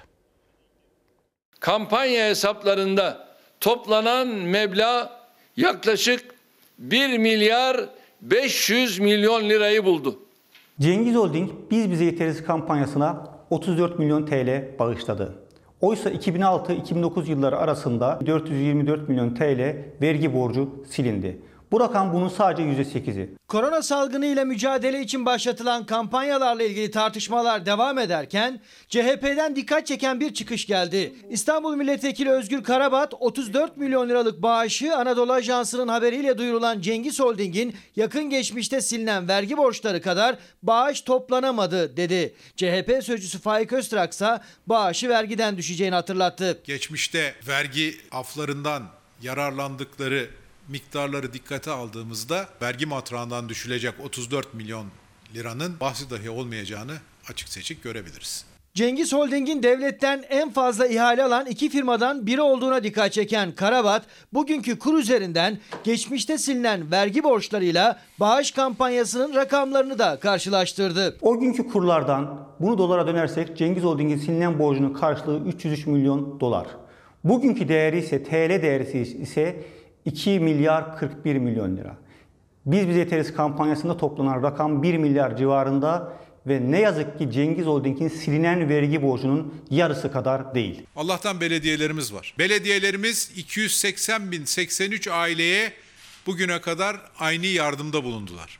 Kampanya hesaplarında toplanan meblağ yaklaşık 1 milyar 500 milyon lirayı buldu. Cengiz Holding Biz Bize Yeteriz kampanyasına 34 milyon TL bağışladı. Oysa 2006-2009 yılları arasında 424 milyon TL vergi borcu silindi. Bu rakam bunun sadece %8'i. Korona salgını ile mücadele için başlatılan kampanyalarla ilgili tartışmalar devam ederken CHP'den dikkat çeken bir çıkış geldi. İstanbul Milletvekili Özgür Karabat 34 milyon liralık bağışı Anadolu Ajansı'nın haberiyle duyurulan Cengiz Holding'in yakın geçmişte silinen vergi borçları kadar bağış toplanamadı dedi. CHP sözcüsü Faik Öztrak ise bağışı vergiden düşeceğini hatırlattı. Geçmişte vergi aflarından yararlandıkları miktarları dikkate aldığımızda vergi matrağından düşülecek 34 milyon liranın bahsi dahi olmayacağını açık seçik görebiliriz. Cengiz Holding'in devletten en fazla ihale alan iki firmadan biri olduğuna dikkat çeken Karabat, bugünkü kur üzerinden geçmişte silinen vergi borçlarıyla bağış kampanyasının rakamlarını da karşılaştırdı. O günkü kurlardan bunu dolara dönersek Cengiz Holding'in silinen borcunun karşılığı 303 milyon dolar. Bugünkü değeri ise TL değeri ise 2 milyar 41 milyon lira. Biz Bize Yeteriz kampanyasında toplanan rakam 1 milyar civarında ve ne yazık ki Cengiz Holding'in silinen vergi borcunun yarısı kadar değil. Allah'tan belediyelerimiz var. Belediyelerimiz 280.083 aileye bugüne kadar aynı yardımda bulundular.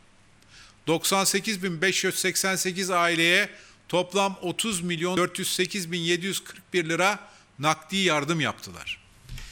98.588 aileye toplam 30.408.741 lira nakdi yardım yaptılar.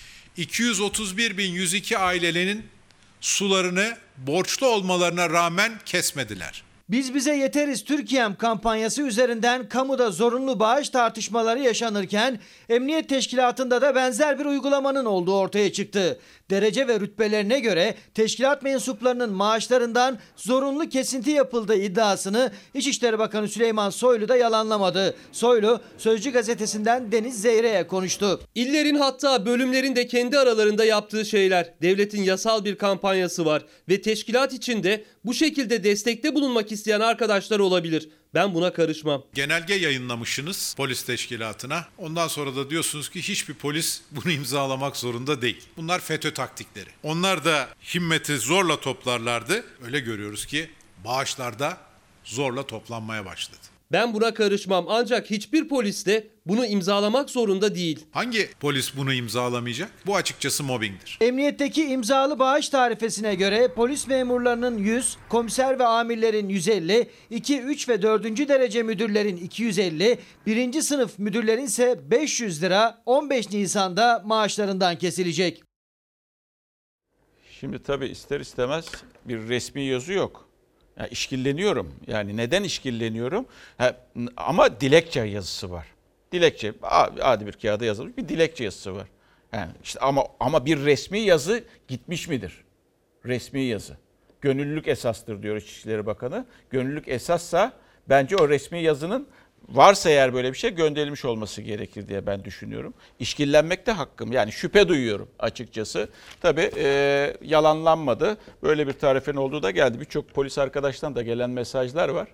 231.102 ailenin sularını borçlu olmalarına rağmen kesmediler. Biz Bize Yeteriz Türkiye'm kampanyası üzerinden kamuda zorunlu bağış tartışmaları yaşanırken Emniyet Teşkilatı'nda da benzer bir uygulamanın olduğu ortaya çıktı. Derece ve rütbelerine göre teşkilat mensuplarının maaşlarından zorunlu kesinti yapıldığı iddiasını İçişleri Bakanı Süleyman Soylu da yalanlamadı. Soylu Sözcü gazetesinden Deniz Zeyre'ye konuştu. İllerin hatta bölümlerin de kendi aralarında yaptığı şeyler. Devletin yasal bir kampanyası var ve teşkilat içinde bu şekilde destekte bulunmak isteyen arkadaşlar olabilir. Ben buna karışmam. Genelge yayınlamışsınız polis teşkilatına. Ondan sonra da diyorsunuz ki hiçbir polis bunu imzalamak zorunda değil. Bunlar FETÖ taktikleri. Onlar da himmeti zorla toplarlardı. Öyle görüyoruz ki bağışlarda zorla toplanmaya başladı. Ben buna karışmam ancak hiçbir polis de bunu imzalamak zorunda değil. Hangi polis bunu imzalamayacak? Bu açıkçası mobbingdir. Emniyetteki imzalı bağış tarifesine göre polis memurlarının 100, komiser ve amirlerin 150, 2, 3 ve 4. derece müdürlerin 250, 1. sınıf müdürlerin ise 500 lira 15 Nisan'da maaşlarından kesilecek. Şimdi tabii ister istemez bir resmi yazı yok. Yani işkilleniyorum. Yani neden işkilleniyorum? Ama dilekçe yazısı var. Dilekçe, adi bir kağıda yazılmış bir dilekçe yazısı var. Yani işte ama bir resmi yazı gitmiş midir? Resmi yazı. Gönüllülük esastır diyor İçişleri Bakanı. Gönüllülük esassa bence o resmi yazının varsa eğer böyle bir şey gönderilmiş olması gerekir diye ben düşünüyorum. İşkillenmek de hakkım. Yani şüphe duyuyorum açıkçası. Tabii yalanlanmadı. Böyle bir tarifenin olduğu da geldi. Birçok polis arkadaştan da gelen mesajlar var.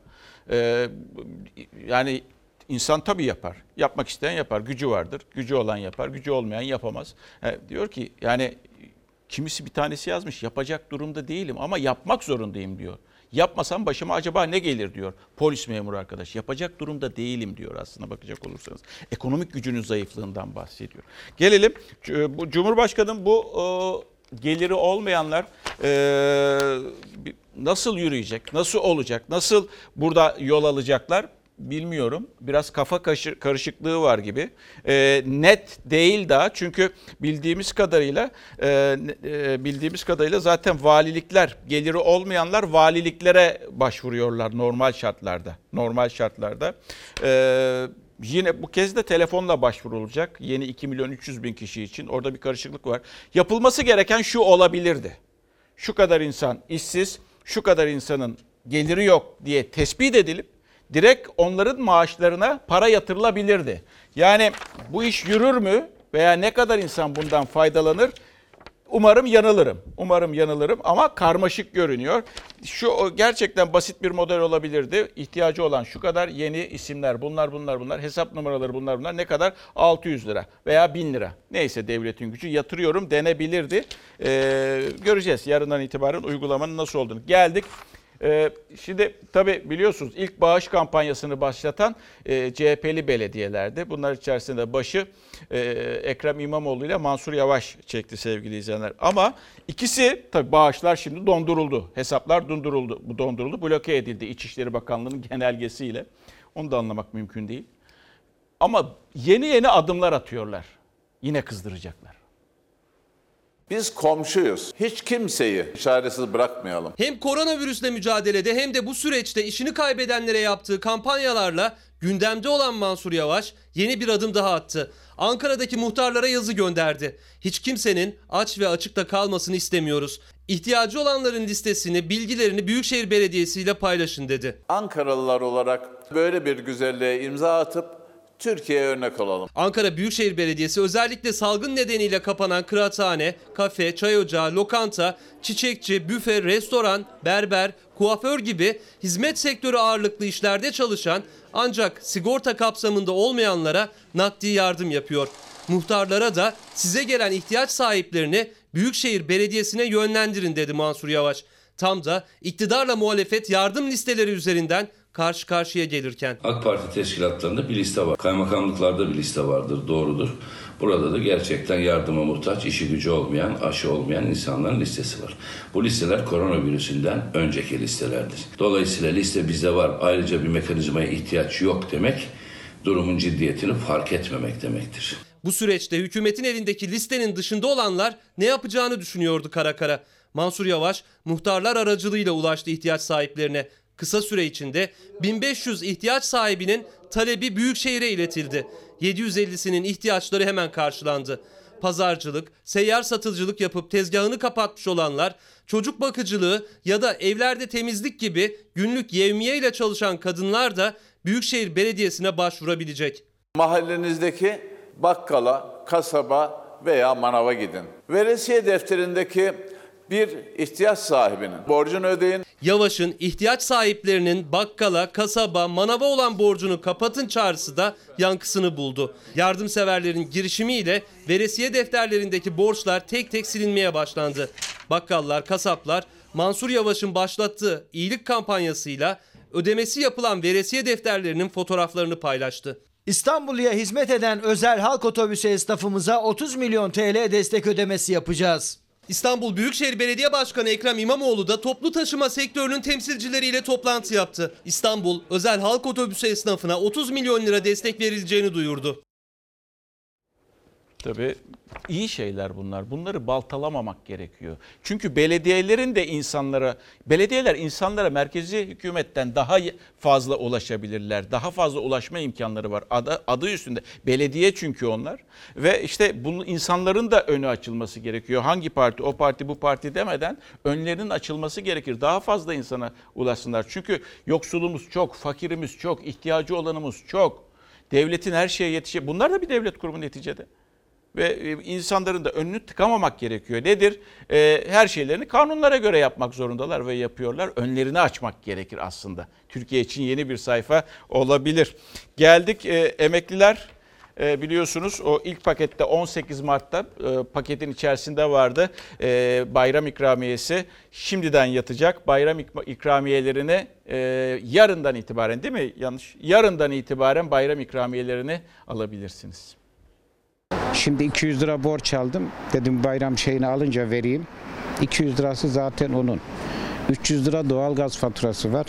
Yani insan tabii yapar. Yapmak isteyen yapar. Gücü vardır. Gücü olan yapar. Gücü olmayan yapamaz. Diyor ki yani kimisi bir tanesi yazmış. Yapacak durumda değilim ama yapmak zorundayım diyor. Yapmasam başıma acaba ne gelir diyor polis memuru arkadaş. Yapacak durumda değilim diyor aslında bakacak olursanız. Ekonomik gücünün zayıflığından bahsediyor. Gelelim bu Cumhurbaşkanı'nın bu geliri olmayanlar nasıl yürüyecek, nasıl olacak, nasıl burada yol alacaklar? bilmiyorum. Biraz kafa karışıklığı var gibi. Net değil daha, çünkü bildiğimiz kadarıyla zaten valilikler, geliri olmayanlar valiliklere başvuruyorlar normal şartlarda. Yine bu kez de telefonla başvurulacak. Yeni 2.300.000 kişi için. Orada bir karışıklık var. Yapılması gereken şu olabilirdi. Şu kadar insan işsiz, şu kadar insanın geliri yok diye tespit edilip direkt onların maaşlarına para yatırılabilirdi. Yani bu iş yürür mü veya ne kadar insan bundan faydalanır? Umarım yanılırım ama karmaşık görünüyor. Şu gerçekten basit bir model olabilirdi. İhtiyacı olan şu kadar, yeni isimler bunlar, hesap numaraları bunlar, ne kadar? 600 lira veya 1000 lira. Neyse devletin gücü, yatırıyorum denebilirdi. Göreceğiz yarından itibaren uygulamanın nasıl olduğunu. Geldik. Şimdi tabii biliyorsunuz ilk bağış kampanyasını başlatan CHP'li belediyelerdi. Bunlar içerisinde başı Ekrem İmamoğlu ile Mansur Yavaş çekti sevgili izleyenler. Ama ikisi, tabii bağışlar şimdi donduruldu. Hesaplar donduruldu, bloke edildi İçişleri Bakanlığı'nın genelgesiyle. Onu da anlamak mümkün değil. Ama yeni adımlar atıyorlar. Yine kızdıracaklar. Biz komşuyuz. Hiç kimseyi çaresiz bırakmayalım. Hem koronavirüsle mücadelede hem de bu süreçte işini kaybedenlere yaptığı kampanyalarla gündemde olan Mansur Yavaş yeni bir adım daha attı. Ankara'daki muhtarlara yazı gönderdi. Hiç kimsenin aç ve açıkta kalmasını istemiyoruz. İhtiyacı olanların listesini, bilgilerini Büyükşehir Belediyesi ile paylaşın dedi. Ankaralılar olarak böyle bir güzelliğe imza atıp Türkiye'ye örnek olalım. Ankara Büyükşehir Belediyesi özellikle salgın nedeniyle kapanan kıraathane, kafe, çay ocağı, lokanta, çiçekçi, büfe, restoran, berber, kuaför gibi hizmet sektörü ağırlıklı işlerde çalışan ancak sigorta kapsamında olmayanlara nakdi yardım yapıyor. Muhtarlara da size gelen ihtiyaç sahiplerini Büyükşehir Belediyesi'ne yönlendirin dedi Mansur Yavaş. Tam da iktidarla muhalefet yardım listeleri üzerinden karşı karşıya gelirken. AK Parti teşkilatlarında bir liste var. Kaymakamlıklarda bir liste vardır, doğrudur. Burada da gerçekten yardıma muhtaç, işi gücü olmayan, aşı olmayan insanların listesi var. Bu listeler koronavirüsünden önceki listelerdir. Dolayısıyla liste bizde var. Ayrıca bir mekanizmaya ihtiyaç yok demek, durumun ciddiyetini fark etmemek demektir. Bu süreçte hükümetin elindeki listenin dışında olanlar ne yapacağını düşünüyordu kara kara. Mansur Yavaş muhtarlar aracılığıyla ulaştı ihtiyaç sahiplerine. Kısa süre içinde 1500 ihtiyaç sahibinin talebi Büyükşehir'e iletildi. 750'sinin ihtiyaçları hemen karşılandı. Pazarcılık, seyyar satıcılık yapıp tezgahını kapatmış olanlar, çocuk bakıcılığı ya da evlerde temizlik gibi günlük yevmiye ile çalışan kadınlar da Büyükşehir Belediyesi'ne başvurabilecek. Mahallenizdeki bakkala, kasaba veya manava gidin. Veresiye defterindeki bir ihtiyaç sahibinin borcunu ödeyin. Yavaş'ın ihtiyaç sahiplerinin bakkala, kasaba, manava olan borcunu kapatın çağrısı da yankısını buldu. Yardımseverlerin girişimiyle veresiye defterlerindeki borçlar tek tek silinmeye başlandı. Bakkallar, kasaplar Mansur Yavaş'ın başlattığı iyilik kampanyasıyla ödemesi yapılan veresiye defterlerinin fotoğraflarını paylaştı. İstanbulluya hizmet eden özel halk otobüsü esnafımıza 30 milyon TL destek ödemesi yapacağız. İstanbul Büyükşehir Belediye Başkanı Ekrem İmamoğlu da toplu taşıma sektörünün temsilcileriyle toplantı yaptı. İstanbul özel halk otobüsü esnafına 30 milyon lira destek verileceğini duyurdu. Tabii iyi şeyler bunlar. Bunları baltalamamak gerekiyor. Çünkü belediyeler insanlara merkezi hükümetten daha fazla ulaşabilirler. Daha fazla ulaşma imkanları var. Adı üstünde. Belediye çünkü onlar. Ve işte bunun insanların da önü açılması gerekiyor. Hangi parti, o parti, bu parti demeden önlerinin açılması gerekir. Daha fazla insana ulaşsınlar. Çünkü yoksulumuz çok, fakirimiz çok, ihtiyacı olanımız çok. Devletin her şeye yetişecek. Bunlar da bir devlet kurumu neticede. Ve insanların da önünü tıkamamak gerekiyor. Nedir? Her şeylerini kanunlara göre yapmak zorundalar ve yapıyorlar. Önlerini açmak gerekir aslında. Türkiye için yeni bir sayfa olabilir. Geldik emekliler. Biliyorsunuz o ilk pakette 18 Mart'ta paketin içerisinde vardı. Bayram ikramiyesi şimdiden yatacak. Bayram ikramiyelerini yarından itibaren, değil mi? Yanlış. Yarından itibaren bayram ikramiyelerini alabilirsiniz. Şimdi 200 lira borç aldım. Dedim bayram şeyini alınca vereyim. 200 lirası zaten onun. 300 lira doğalgaz faturası var.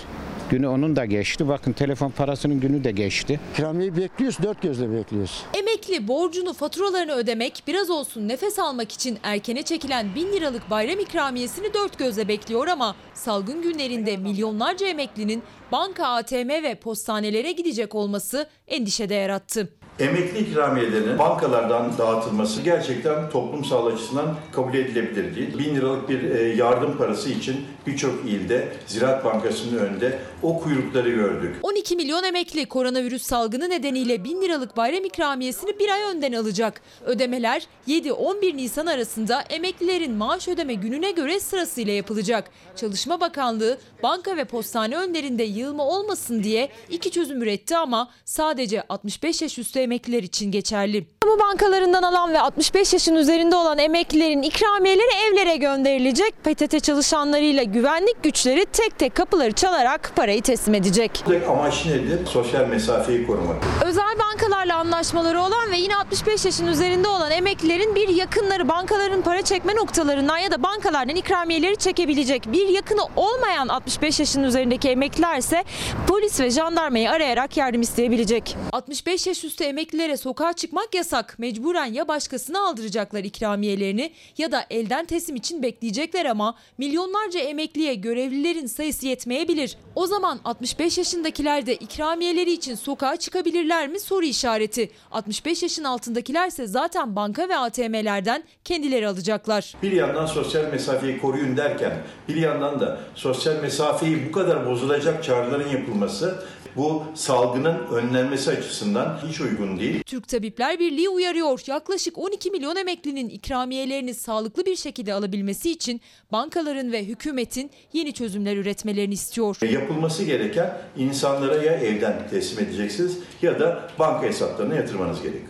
Günü onun da geçti. Bakın telefon parasının günü de geçti. İkramiyeyi bekliyoruz, dört gözle bekliyoruz. Emekli borcunu, faturalarını ödemek, biraz olsun nefes almak için erkene çekilen 1000 liralık bayram ikramiyesini dört gözle bekliyor ama salgın günlerinde milyonlarca emeklinin banka, ATM ve postanelere gidecek olması endişe de yarattı. Emekli ikramiyelerinin bankalardan dağıtılması gerçekten toplumsal açısından kabul edilebilir değil. 1000 liralık bir yardım parası için birçok ilde Ziraat Bankası'nın önünde o kuyrukları gördük. 12 milyon emekli koronavirüs salgını nedeniyle 1000 liralık bayram ikramiyesini bir ay önden alacak. Ödemeler 7-11 Nisan arasında emeklilerin maaş ödeme gününe göre sırasıyla yapılacak. Çalışma Bakanlığı banka ve postane önlerinde yığılma olmasın diye iki çözüm üretti ama sadece 65 yaş üstü emekliler için geçerli. Kamu bankalarından alan ve 65 yaşın üzerinde olan emeklilerin ikramiyeleri evlere gönderilecek. PTT çalışanlarıyla güvenlik güçleri tek tek kapıları çalarak parayı teslim edecek. Amaç nedir? Sosyal mesafeyi korumak. Özel bankalarla anlaşmaları olan ve yine 65 yaşın üzerinde olan emeklilerin bir yakınları bankaların para çekme noktalarından ya da bankalardan ikramiyeleri çekebilecek. Bir yakını olmayan 65 yaşın üzerindeki emekliler ise polis ve jandarmayı arayarak yardım isteyebilecek. 65 yaş üstü emeklilere sokağa çıkmak yasak. Mecburen ya başkasına aldıracaklar ikramiyelerini ya da elden teslim için bekleyecekler ama milyonlarca emekliye görevlilerin sayısı yetmeyebilir. O zaman 65 yaşındakiler de ikramiyeleri için sokağa çıkabilirler mi soru işareti. 65 yaşın altındakilerse zaten banka ve ATM'lerden kendileri alacaklar. Bir yandan sosyal mesafeyi koruyun derken bir yandan da sosyal mesafeyi bu kadar bozulacak çağrıların yapılması bu salgının önlenmesi açısından hiç uygun değil. Türk Tabipler Birliği uyarıyor. Yaklaşık 12 milyon emeklinin ikramiyelerini sağlıklı bir şekilde alabilmesi için bankaların ve hükümetin yeni çözümler üretmelerini istiyor. Yapılması gereken insanlara ya evden teslim edeceksiniz ya da banka hesaplarına yatırmanız gerekiyor.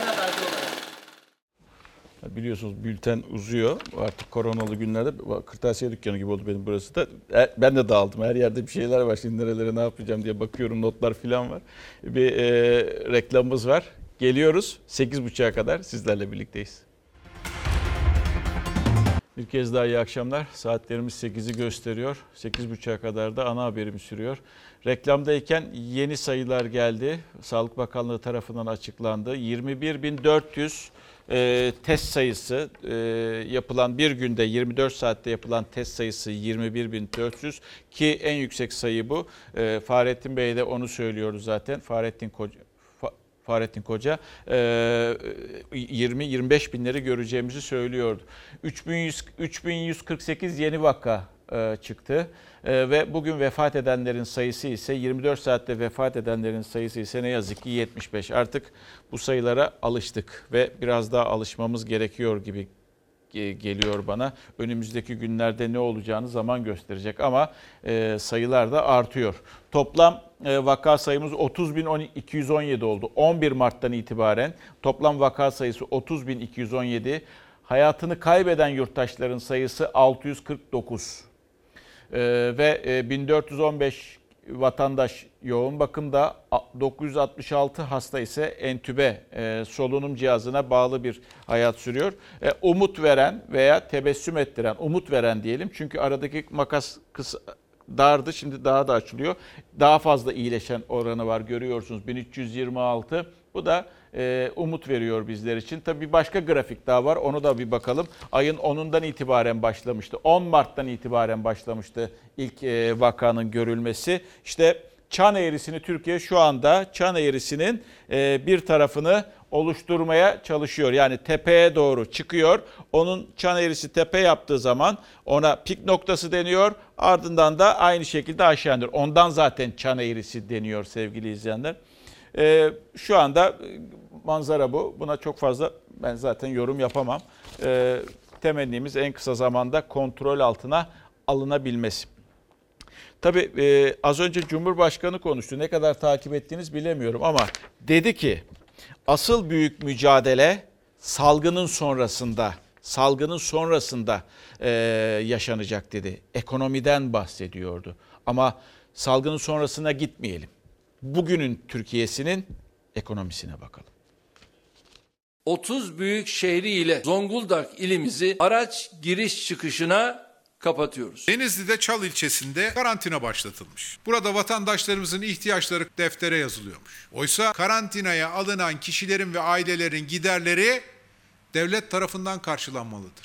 Biliyorsunuz bülten uzuyor. Artık koronalı günlerde kırtasiye dükkanı gibi oldu benim burası da. Ben de dağıldım. Her yerde bir şeyler var. Şimdi nerelere ne yapacağım diye bakıyorum. Notlar falan var. Bir reklamımız var. Geliyoruz. 8.30'a kadar sizlerle birlikteyiz. Bir kez daha iyi akşamlar. Saatlerimiz 8'i gösteriyor. 8.30'a kadar da ana haberim sürüyor. Reklamdayken yeni sayılar geldi. Sağlık Bakanlığı tarafından açıklandı. 21.400 test sayısı yapılan bir günde 24 saatte yapılan test sayısı 21.400 ki en yüksek sayı bu. Fahrettin Bey de onu söylüyordu zaten. Fahrettin Koca 20-25 binleri göreceğimizi söylüyordu. 3148 yeni vaka çıktı ve bugün vefat edenlerin sayısı ise 24 saatte vefat edenlerin sayısı ise ne yazık ki 75. Artık bu sayılara alıştık ve biraz daha alışmamız gerekiyor gibi geliyor bana. Önümüzdeki günlerde ne olacağını zaman gösterecek ama sayılar da artıyor. Toplam vaka sayımız 30.217 oldu. 11 Mart'tan itibaren toplam vaka sayısı 30.217. Hayatını kaybeden yurttaşların sayısı 649. Ve 1415 vatandaş yoğun bakımda, 966 hasta ise entübe solunum cihazına bağlı bir hayat sürüyor. Umut veren veya tebessüm ettiren, umut veren diyelim çünkü aradaki makas dardı, şimdi daha da açılıyor. Daha fazla iyileşen oranı var, görüyorsunuz 1326. Bu da umut veriyor bizler için. Tabii bir başka grafik daha var, onu da bir bakalım. Ayın 10'undan itibaren başlamıştı. 10 Mart'tan itibaren başlamıştı ilk vakanın görülmesi. İşte çan eğrisini Türkiye şu anda çan eğrisinin bir tarafını oluşturmaya çalışıyor. Yani tepeye doğru çıkıyor. Onun çan eğrisi tepe yaptığı zaman ona pik noktası deniyor. Ardından da aynı şekilde aşağı iniyor. Ondan zaten çan eğrisi deniyor sevgili izleyenler. Şu anda manzara bu. Buna çok fazla ben zaten yorum yapamam. Temennimiz en kısa zamanda kontrol altına alınabilmesi. Tabii az önce Cumhurbaşkanı konuştu. Ne kadar takip ettiğiniz bilemiyorum ama dedi ki asıl büyük mücadele salgının sonrasında yaşanacak dedi. Ekonomiden bahsediyordu. Ama salgının sonrasına gitmeyelim. Bugünün Türkiye'sinin ekonomisine bakalım. 30 büyük şehri ile Zonguldak ilimizi araç giriş çıkışına kapatıyoruz. Denizli'de Çal ilçesinde karantina başlatılmış. Burada vatandaşlarımızın ihtiyaçları deftere yazılıyormuş. Oysa karantinaya alınan kişilerin ve ailelerin giderleri devlet tarafından karşılanmalıdır.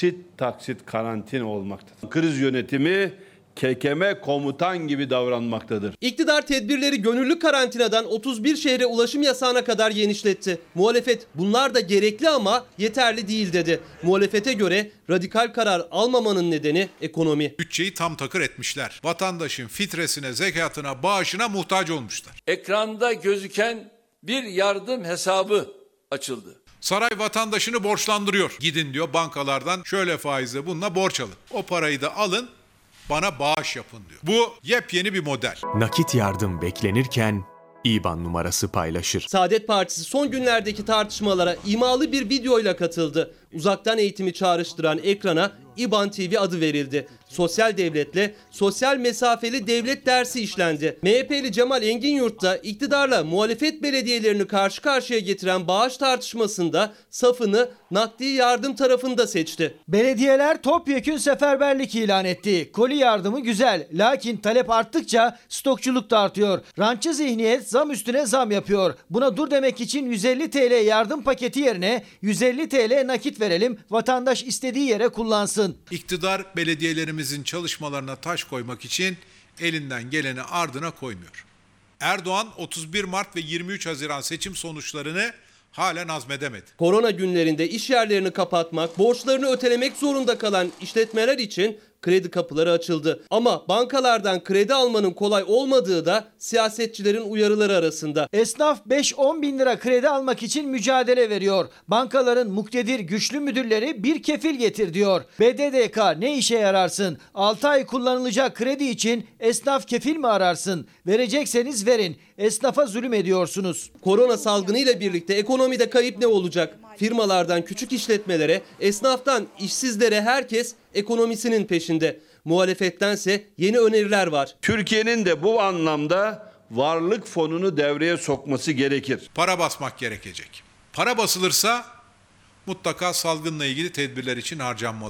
Taksit karantina olmaktadır. Kriz yönetimi kekeme komutan gibi davranmaktadır. İktidar tedbirleri gönüllü karantinadan 31 şehre ulaşım yasağına kadar genişletti. Muhalefet bunlar da gerekli ama yeterli değil dedi. Muhalefete göre radikal karar almamanın nedeni ekonomi. Bütçeyi tam takır etmişler. Vatandaşın fitresine, zekatına, bağışına muhtaç olmuşlar. Ekranda gözüken bir yardım hesabı açıldı. Saray vatandaşını borçlandırıyor. Gidin diyor bankalardan şöyle faizle bununla borç alın. O parayı da alın, bana bağış yapın diyor. Bu yepyeni bir model. Nakit yardım beklenirken İBAN numarası paylaşır. Saadet Partisi son günlerdeki tartışmalara imalı bir videoyla katıldı. Uzaktan eğitimi çağrıştıran ekrana İBAN TV adı verildi. Sosyal devletle sosyal mesafeli devlet dersi işlendi. MHP'li Cemal Enginyurt da iktidarla muhalefet belediyelerini karşı karşıya getiren bağış tartışmasında safını nakdi yardım tarafında seçti. Belediyeler topyekün seferberlik ilan etti. Koli yardımı güzel, lakin talep arttıkça stokçuluk da artıyor. Rantçı zihniyet zam üstüne zam yapıyor. Buna dur demek için 150 TL yardım paketi yerine 150 TL nakit verelim, vatandaş istediği yere kullansın. İktidar belediyelerimizin çalışmalarına taş koymak için elinden geleni ardına koymuyor. Erdoğan 31 Mart ve 23 Haziran seçim sonuçlarını halen hazmedemedi. Korona günlerinde iş yerlerini kapatmak, borçlarını ötelemek zorunda kalan işletmeler için kredi kapıları açıldı. Ama bankalardan kredi almanın kolay olmadığı da siyasetçilerin uyarıları arasında. Esnaf 5-10 bin lira kredi almak için mücadele veriyor. Bankaların muktedir güçlü müdürleri bir kefil getir diyor. BDDK ne işe yararsın? 6 ay kullanılacak kredi için esnaf kefil mi ararsın? Verecekseniz verin. Esnafa zulüm ediyorsunuz. Korona salgınıyla birlikte ekonomide kayıp ne olacak? Firmalardan küçük işletmelere, esnaftan işsizlere herkes ekonomisinin peşinde. Muhalefettense yeni öneriler var. Türkiye'nin de bu anlamda varlık fonunu devreye sokması gerekir. Para basmak gerekecek. Para basılırsa mutlaka salgınla ilgili tedbirler için harcanmalı.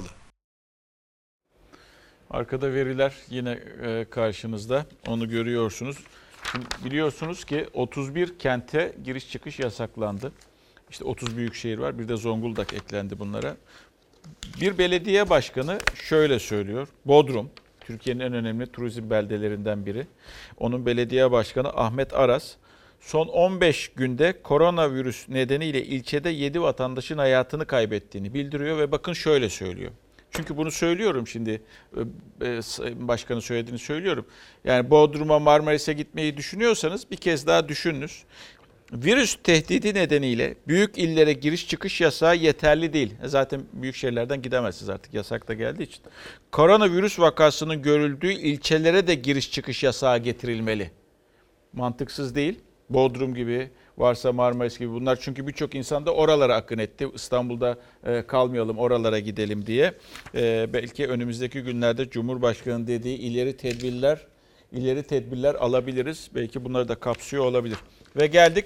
Arkada veriler yine karşınızda. Onu görüyorsunuz. Şimdi biliyorsunuz ki 31 kente giriş çıkış yasaklandı. İşte 30 büyük şehir var. Bir de Zonguldak eklendi bunlara. Bir belediye başkanı şöyle söylüyor. Bodrum, Türkiye'nin en önemli turizm beldelerinden biri. Onun belediye başkanı Ahmet Aras, son 15 günde koronavirüs nedeniyle ilçede 7 vatandaşın hayatını kaybettiğini bildiriyor ve bakın şöyle söylüyor. Çünkü bunu söylüyorum şimdi, başkanın söylediğini söylüyorum. Yani Bodrum'a, Marmaris'e gitmeyi düşünüyorsanız bir kez daha düşününüz. Virüs tehdidi nedeniyle büyük illere giriş çıkış yasağı yeterli değil. Zaten büyük şehirlerden gidemezsiniz artık, yasak da geldiği için. Koronavirüs vakasının görüldüğü ilçelere de giriş çıkış yasağı getirilmeli. Mantıksız değil. Bodrum gibi, varsa Marmaris gibi bunlar, çünkü birçok insan da oralara akın etti. İstanbul'da kalmayalım, oralara gidelim diye. Belki önümüzdeki günlerde Cumhurbaşkanı dediği ileri tedbirler alabiliriz. Belki bunları da kapsıyor olabilir. Ve geldik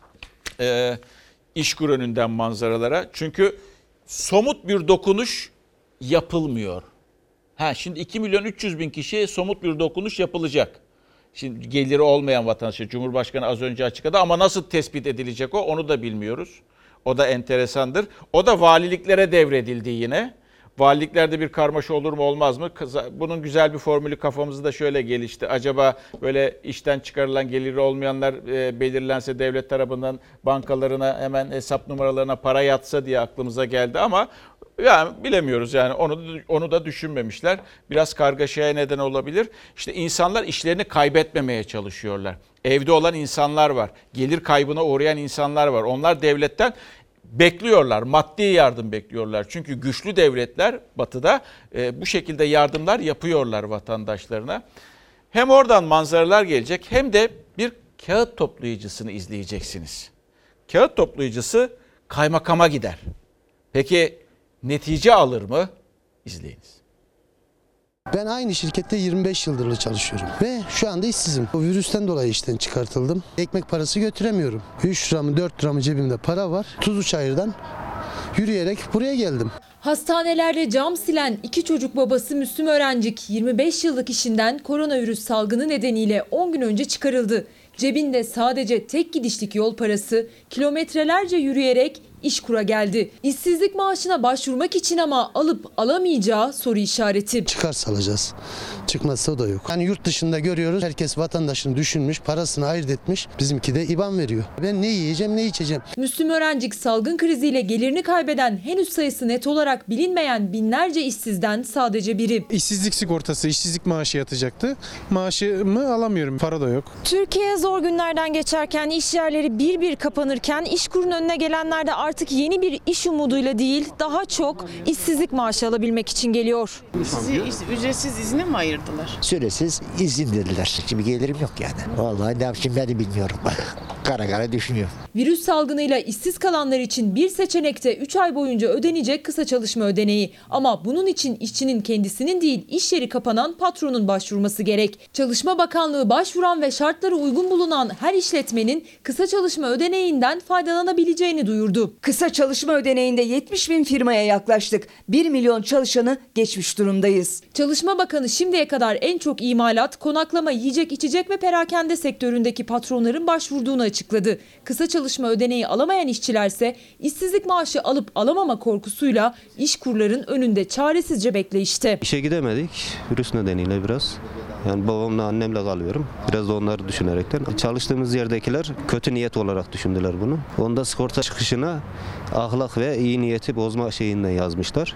İşkur önünden manzaralara. Çünkü somut bir dokunuş yapılmıyor. Şimdi 2.300.000 kişiye somut bir dokunuş yapılacak. Şimdi geliri olmayan vatandaşlar, Cumhurbaşkanı az önce açıkladı ama nasıl tespit edilecek onu da bilmiyoruz. O da enteresandır. O da valiliklere devredildi yine. Valiliklerde bir karmaşa olur mu olmaz mı? Bunun güzel bir formülü kafamızda şöyle gelişti. Acaba böyle işten çıkarılan geliri olmayanlar belirlense devlet tarafından bankalarına hemen hesap numaralarına para yatsa diye aklımıza geldi ama yani bilemiyoruz, yani onu da düşünmemişler. Biraz kargaşaya neden olabilir. İşte insanlar işlerini kaybetmemeye çalışıyorlar. Evde olan insanlar var. Gelir kaybına uğrayan insanlar var. Onlar devletten bekliyorlar, maddi yardım bekliyorlar. Çünkü güçlü devletler Batı'da bu şekilde yardımlar yapıyorlar vatandaşlarına. Hem oradan manzaralar gelecek hem de bir kağıt toplayıcısını izleyeceksiniz. Kağıt toplayıcısı kaymakama gider. Peki netice alır mı? İzleyiniz. Ben aynı şirkette 25 yıldır çalışıyorum ve şu anda işsizim. O virüsten dolayı işten çıkartıldım. Ekmek parası götüremiyorum. 3 lira mı 4 lira mı cebimde para var. Tuzluçayır'dan yürüyerek buraya geldim. Hastanelerde cam silen 2 çocuk babası Müslüm Öğrencik 25 yıllık işinden koronavirüs salgını nedeniyle 10 gün önce çıkarıldı. Cebinde sadece tek gidişlik yol parası, kilometrelerce yürüyerek İşkur'a geldi. İşsizlik maaşına başvurmak için ama alıp alamayacağı soru işareti. Çıkarsa alacağız. Çıkmazsa o da yok. Hani yurt dışında görüyoruz. Herkes vatandaşını düşünmüş, parasını ayırt etmiş. Bizimki de IBAN veriyor. Ben ne yiyeceğim, ne içeceğim? Müslüm Öğrencik salgın kriziyle gelirini kaybeden, henüz sayısı net olarak bilinmeyen binlerce işsizden sadece biri. İşsizlik sigortası, işsizlik maaşı yatacaktı. Maaşımı alamıyorum. Para da yok. Türkiye zor günlerden geçerken, iş yerleri bir bir kapanırken İşkur'un önüne gelenler de artık yeni bir iş umuduyla değil, daha çok işsizlik maaşı alabilmek için geliyor. Sizi ücretsiz izne mi ayırdılar? Süresiz izin dediler. Şimdi gelirim yok yani. Vallahi ne yapayım ben de bilmiyorum. Kara kara düşünüyorum. Virüs salgınıyla işsiz kalanlar için bir seçenekte 3 ay boyunca ödenecek kısa çalışma ödeneği. Ama bunun için işçinin kendisinin değil, iş yeri kapanan patronun başvurması gerek. Çalışma Bakanlığı başvuran ve şartları uygun bulunan her işletmenin kısa çalışma ödeneğinden faydalanabileceğini duyurdu. Kısa çalışma ödeneğinde 70 bin firmaya yaklaştık. 1 milyon çalışanı geçmiş durumdayız. Çalışma Bakanı şimdiye kadar en çok imalat, konaklama, yiyecek, içecek ve perakende sektöründeki patronların başvurduğunu açıkladı. Kısa çalışma ödeneği alamayan işçilerse işsizlik maaşı alıp alamama korkusuyla İşkur'ların önünde çaresizce bekleyişte. İşe gidemedik virüs nedeniyle biraz. Yani babamla annemle kalıyorum. Biraz da onları düşünerekten. Çalıştığımız yerdekiler kötü niyet olarak düşündüler bunu. Onda sigorta çıkışına ahlak ve iyi niyeti bozma şeyinden yazmışlar.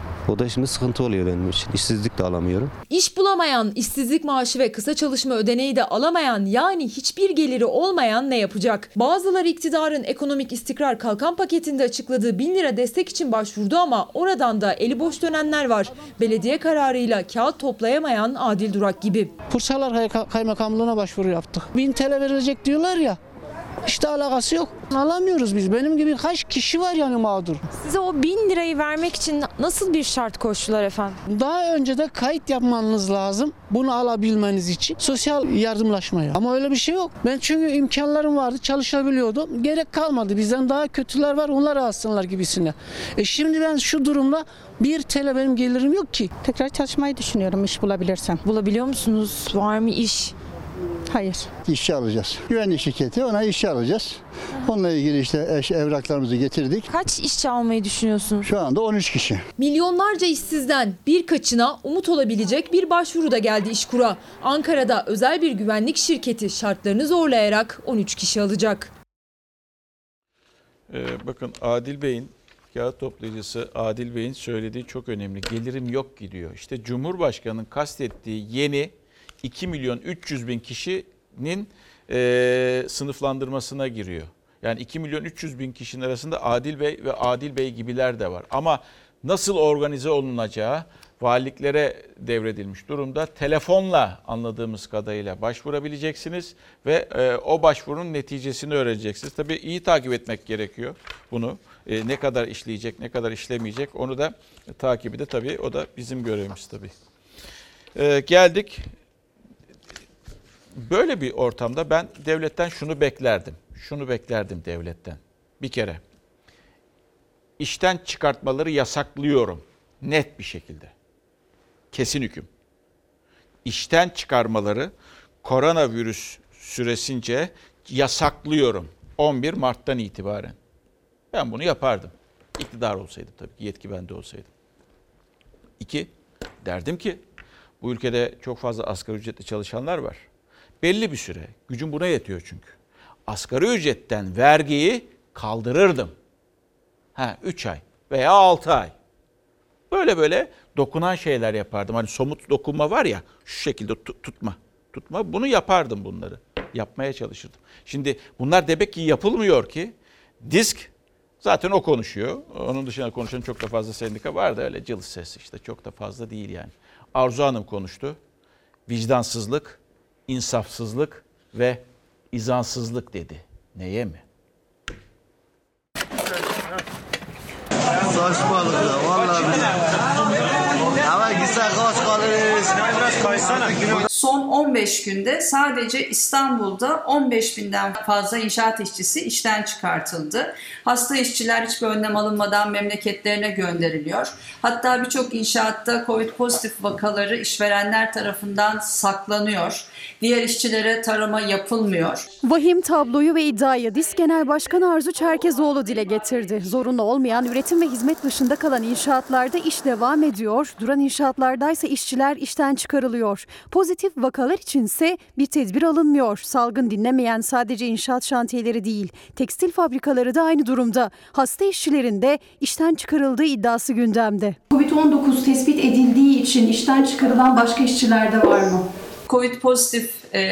O da şimdi sıkıntı oluyor benim için. İşsizlik de alamıyorum. İş bulamayan, işsizlik maaşı ve kısa çalışma ödeneği de alamayan, yani hiçbir geliri olmayan ne yapacak? Bazıları iktidarın ekonomik istikrar kalkan paketinde açıkladığı 1000 lira destek için başvurdu ama oradan da eli boş dönenler var. Belediye kararıyla kağıt toplayamayan Adil Durak gibi. Bursalar Kaymakamlığı'na başvuru yaptık. 1000 TL verilecek diyorlar ya. İşte alakası yok. Alamıyoruz biz. Benim gibi kaç kişi var yani mağdur. Size o 1000 lirayı vermek için nasıl bir şart koştular efendim? Daha önce de kayıt yapmanız lazım. Bunu alabilmeniz için. Sosyal yardımlaşmaya. Ama öyle bir şey yok. Ben çünkü imkanlarım vardı. Çalışabiliyordum. Gerek kalmadı. Bizden daha kötüler var. Onları alsınlar gibisine. Şimdi ben şu durumda 1 TL benim gelirim yok ki. Tekrar çalışmayı düşünüyorum iş bulabilirsem. Bulabiliyor musunuz? Var mı iş? Hayır. İşçi alacağız. Güvenlik şirketi, ona işçi alacağız. Onunla ilgili işte evraklarımızı getirdik. Kaç işçi almayı düşünüyorsunuz? Şu anda 13 kişi. Milyonlarca işsizden birkaçına umut olabilecek bir başvuru da geldi İşkur'a. Ankara'da özel bir güvenlik şirketi şartlarını zorlayarak 13 kişi alacak. Bakın Adil Bey'in, kağıt toplayıcısı Adil Bey'in söylediği çok önemli. Gelirim yok gidiyor. İşte Cumhurbaşkanı'nın kastettiği yeni 2 milyon 300 bin kişinin sınıflandırmasına giriyor. Yani 2 milyon 300 bin kişinin arasında Adil Bey ve Adil Bey gibiler de var. Ama nasıl organize olunacağı valiliklere devredilmiş durumda. Telefonla anladığımız kadarıyla başvurabileceksiniz ve o başvurunun neticesini öğreneceksiniz. Tabii iyi takip etmek gerekiyor bunu. Ne kadar işleyecek, ne kadar işlemeyecek onu da takibi de tabii o da bizim görevimiz tabii. Geldik. Böyle bir ortamda ben devletten şunu beklerdim. Şunu beklerdim devletten. Bir kere işten çıkartmaları yasaklıyorum. Net bir şekilde. Kesin hüküm. İşten çıkarmaları koronavirüs süresince yasaklıyorum. 11 Mart'tan itibaren. Ben bunu yapardım. İktidar olsaydım tabii ki, yetki bende olsaydı. 2, derdim ki bu ülkede çok fazla asgari ücretli çalışanlar var. Belli bir süre, gücüm buna yetiyor çünkü. Asgari ücretten vergiyi kaldırırdım. 3 ay veya 6 ay. Böyle dokunan şeyler yapardım. Hani somut dokunma var ya, şu şekilde tutma. Bunu yapardım bunları. Yapmaya çalışırdım. Şimdi bunlar demek ki yapılmıyor ki. Disk zaten o konuşuyor. Onun dışında konuşan çok da fazla sendika var da öyle cılız ses işte çok da fazla değil yani. Arzu Hanım konuştu. Vicdansızlık, insafsızlık ve izansızlık dedi. Neye mi? Saçmalık ya vallahi. Ama gitsen kaç kalırız. son 15 günde sadece İstanbul'da 15.000'den fazla inşaat işçisi işten çıkartıldı. Hasta işçiler hiçbir önlem alınmadan memleketlerine gönderiliyor. Hatta birçok inşaatta Covid pozitif vakaları işverenler tarafından saklanıyor. Diğer işçilere tarama yapılmıyor. Vahim tabloyu ve iddiayı DİSK Genel Başkanı Arzu Çerkezoğlu dile getirdi. Zorunlu olmayan üretim ve hizmet dışında kalan inşaatlarda iş devam ediyor. Duran inşaatlardaysa işçiler işten çıkarılıyor. Pozitif vakalar içinse bir tedbir alınmıyor. Salgın dinlemeyen sadece inşaat şantiyeleri değil, tekstil fabrikaları da aynı durumda. Hasta işçilerin de işten çıkarıldığı iddiası gündemde. Covid-19 tespit edildiği için işten çıkarılan başka işçiler de var mı? Covid pozitif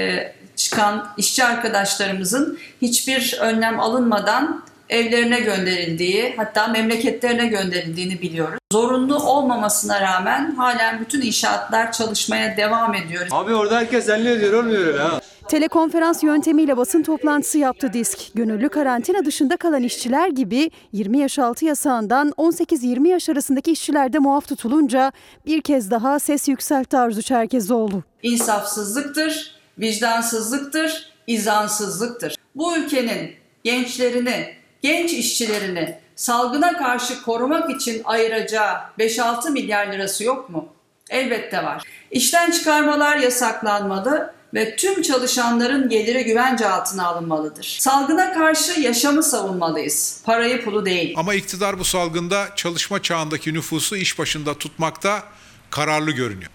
çıkan işçi arkadaşlarımızın hiçbir önlem alınmadan evlerine gönderildiği, hatta memleketlerine gönderildiğini biliyoruz. Zorunlu olmamasına rağmen halen bütün inşaatlar çalışmaya devam ediyor. Abi orada herkes elini diyor, olmuyor öyle ha. Telekonferans yöntemiyle basın toplantısı yaptı DİSK. Gönüllü karantina dışında kalan işçiler gibi 20 yaş altı yasağından 18-20 yaş arasındaki işçiler de muaf tutulunca bir kez daha ses yükseltti Arzu Çerkezoğlu. İnsafsızlıktır, vicdansızlıktır, izansızlıktır. Bu ülkenin gençlerini, genç işçilerini salgına karşı korumak için ayıracağı 5-6 milyar lirası yok mu? Elbette var. İşten çıkarmalar yasaklanmalı ve tüm çalışanların geliri güvence altına alınmalıdır. Salgına karşı yaşamı savunmalıyız, parayı pulu değil. Ama iktidar bu salgında çalışma çağındaki nüfusu iş başında tutmakta kararlı görünüyor.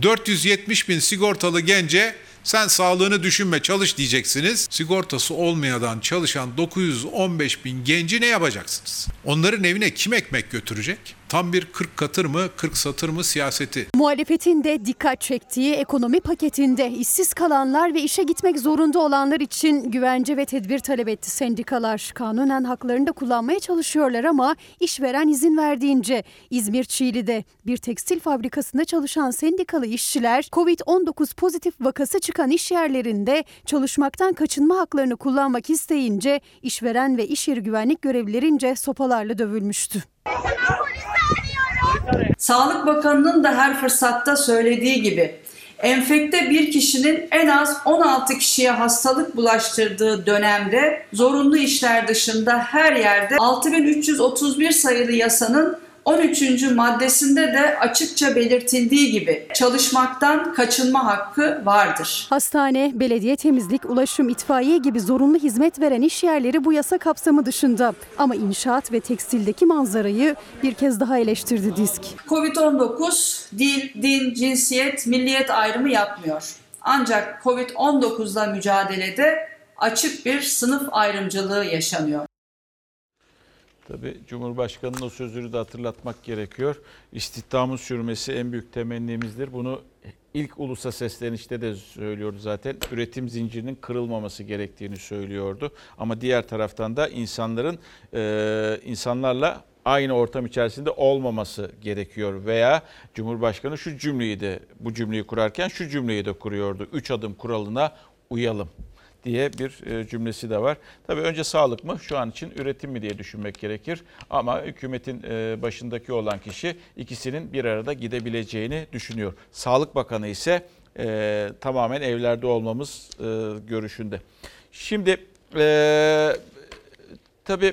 470 bin sigortalı gence sen sağlığını düşünme çalış diyeceksiniz. Sigortası olmayan çalışan 915 bin genci ne yapacaksınız? Onların evine kim ekmek götürecek? Tam bir 40 katır mı 40 satır mı siyaseti. Muhalefetin de dikkat çektiği ekonomi paketinde işsiz kalanlar ve işe gitmek zorunda olanlar için güvence ve tedbir talep etti sendikalar. Kanunen haklarını da kullanmaya çalışıyorlar ama işveren izin verdiğince İzmir Çiğli'de bir tekstil fabrikasında çalışan sendikalı işçiler Covid-19 pozitif vakası çıkan iş yerlerinde çalışmaktan kaçınma haklarını kullanmak isteyince işveren ve iş yeri güvenlik görevlilerince sopalarla dövülmüştü. Sağlık Bakanı'nın da her fırsatta söylediği gibi enfekte bir kişinin en az 16 kişiye hastalık bulaştırdığı dönemde zorunlu işler dışında her yerde 6331 sayılı yasanın 13. maddesinde de açıkça belirtildiği gibi çalışmaktan kaçınma hakkı vardır. Hastane, belediye, temizlik, ulaşım, itfaiye gibi zorunlu hizmet veren iş yerleri bu yasa kapsamı dışında. Ama inşaat ve tekstildeki manzarayı bir kez daha eleştirdi DİSK. Covid-19 dil, din, cinsiyet, milliyet ayrımı yapmıyor. Ancak Covid-19'la mücadelede açık bir sınıf ayrımcılığı yaşanıyor. Tabii Cumhurbaşkanı'nın o sözünü de hatırlatmak gerekiyor. İstihdamın sürmesi en büyük temennimizdir. Bunu ilk ulusa seslenişte de söylüyordu zaten. Üretim zincirinin kırılmaması gerektiğini söylüyordu. Ama diğer taraftan da insanlarla aynı ortam içerisinde olmaması gerekiyor. Veya Cumhurbaşkanı bu cümleyi kurarken şu cümleyi de kuruyordu. 3 adım kuralına uyalım diye bir cümlesi de var. Tabii önce sağlık mı, şu an için üretim mi diye düşünmek gerekir. Ama hükümetin başındaki olan kişi ikisinin bir arada gidebileceğini düşünüyor. Sağlık Bakanı ise tamamen evlerde olmamız görüşünde. Şimdi tabii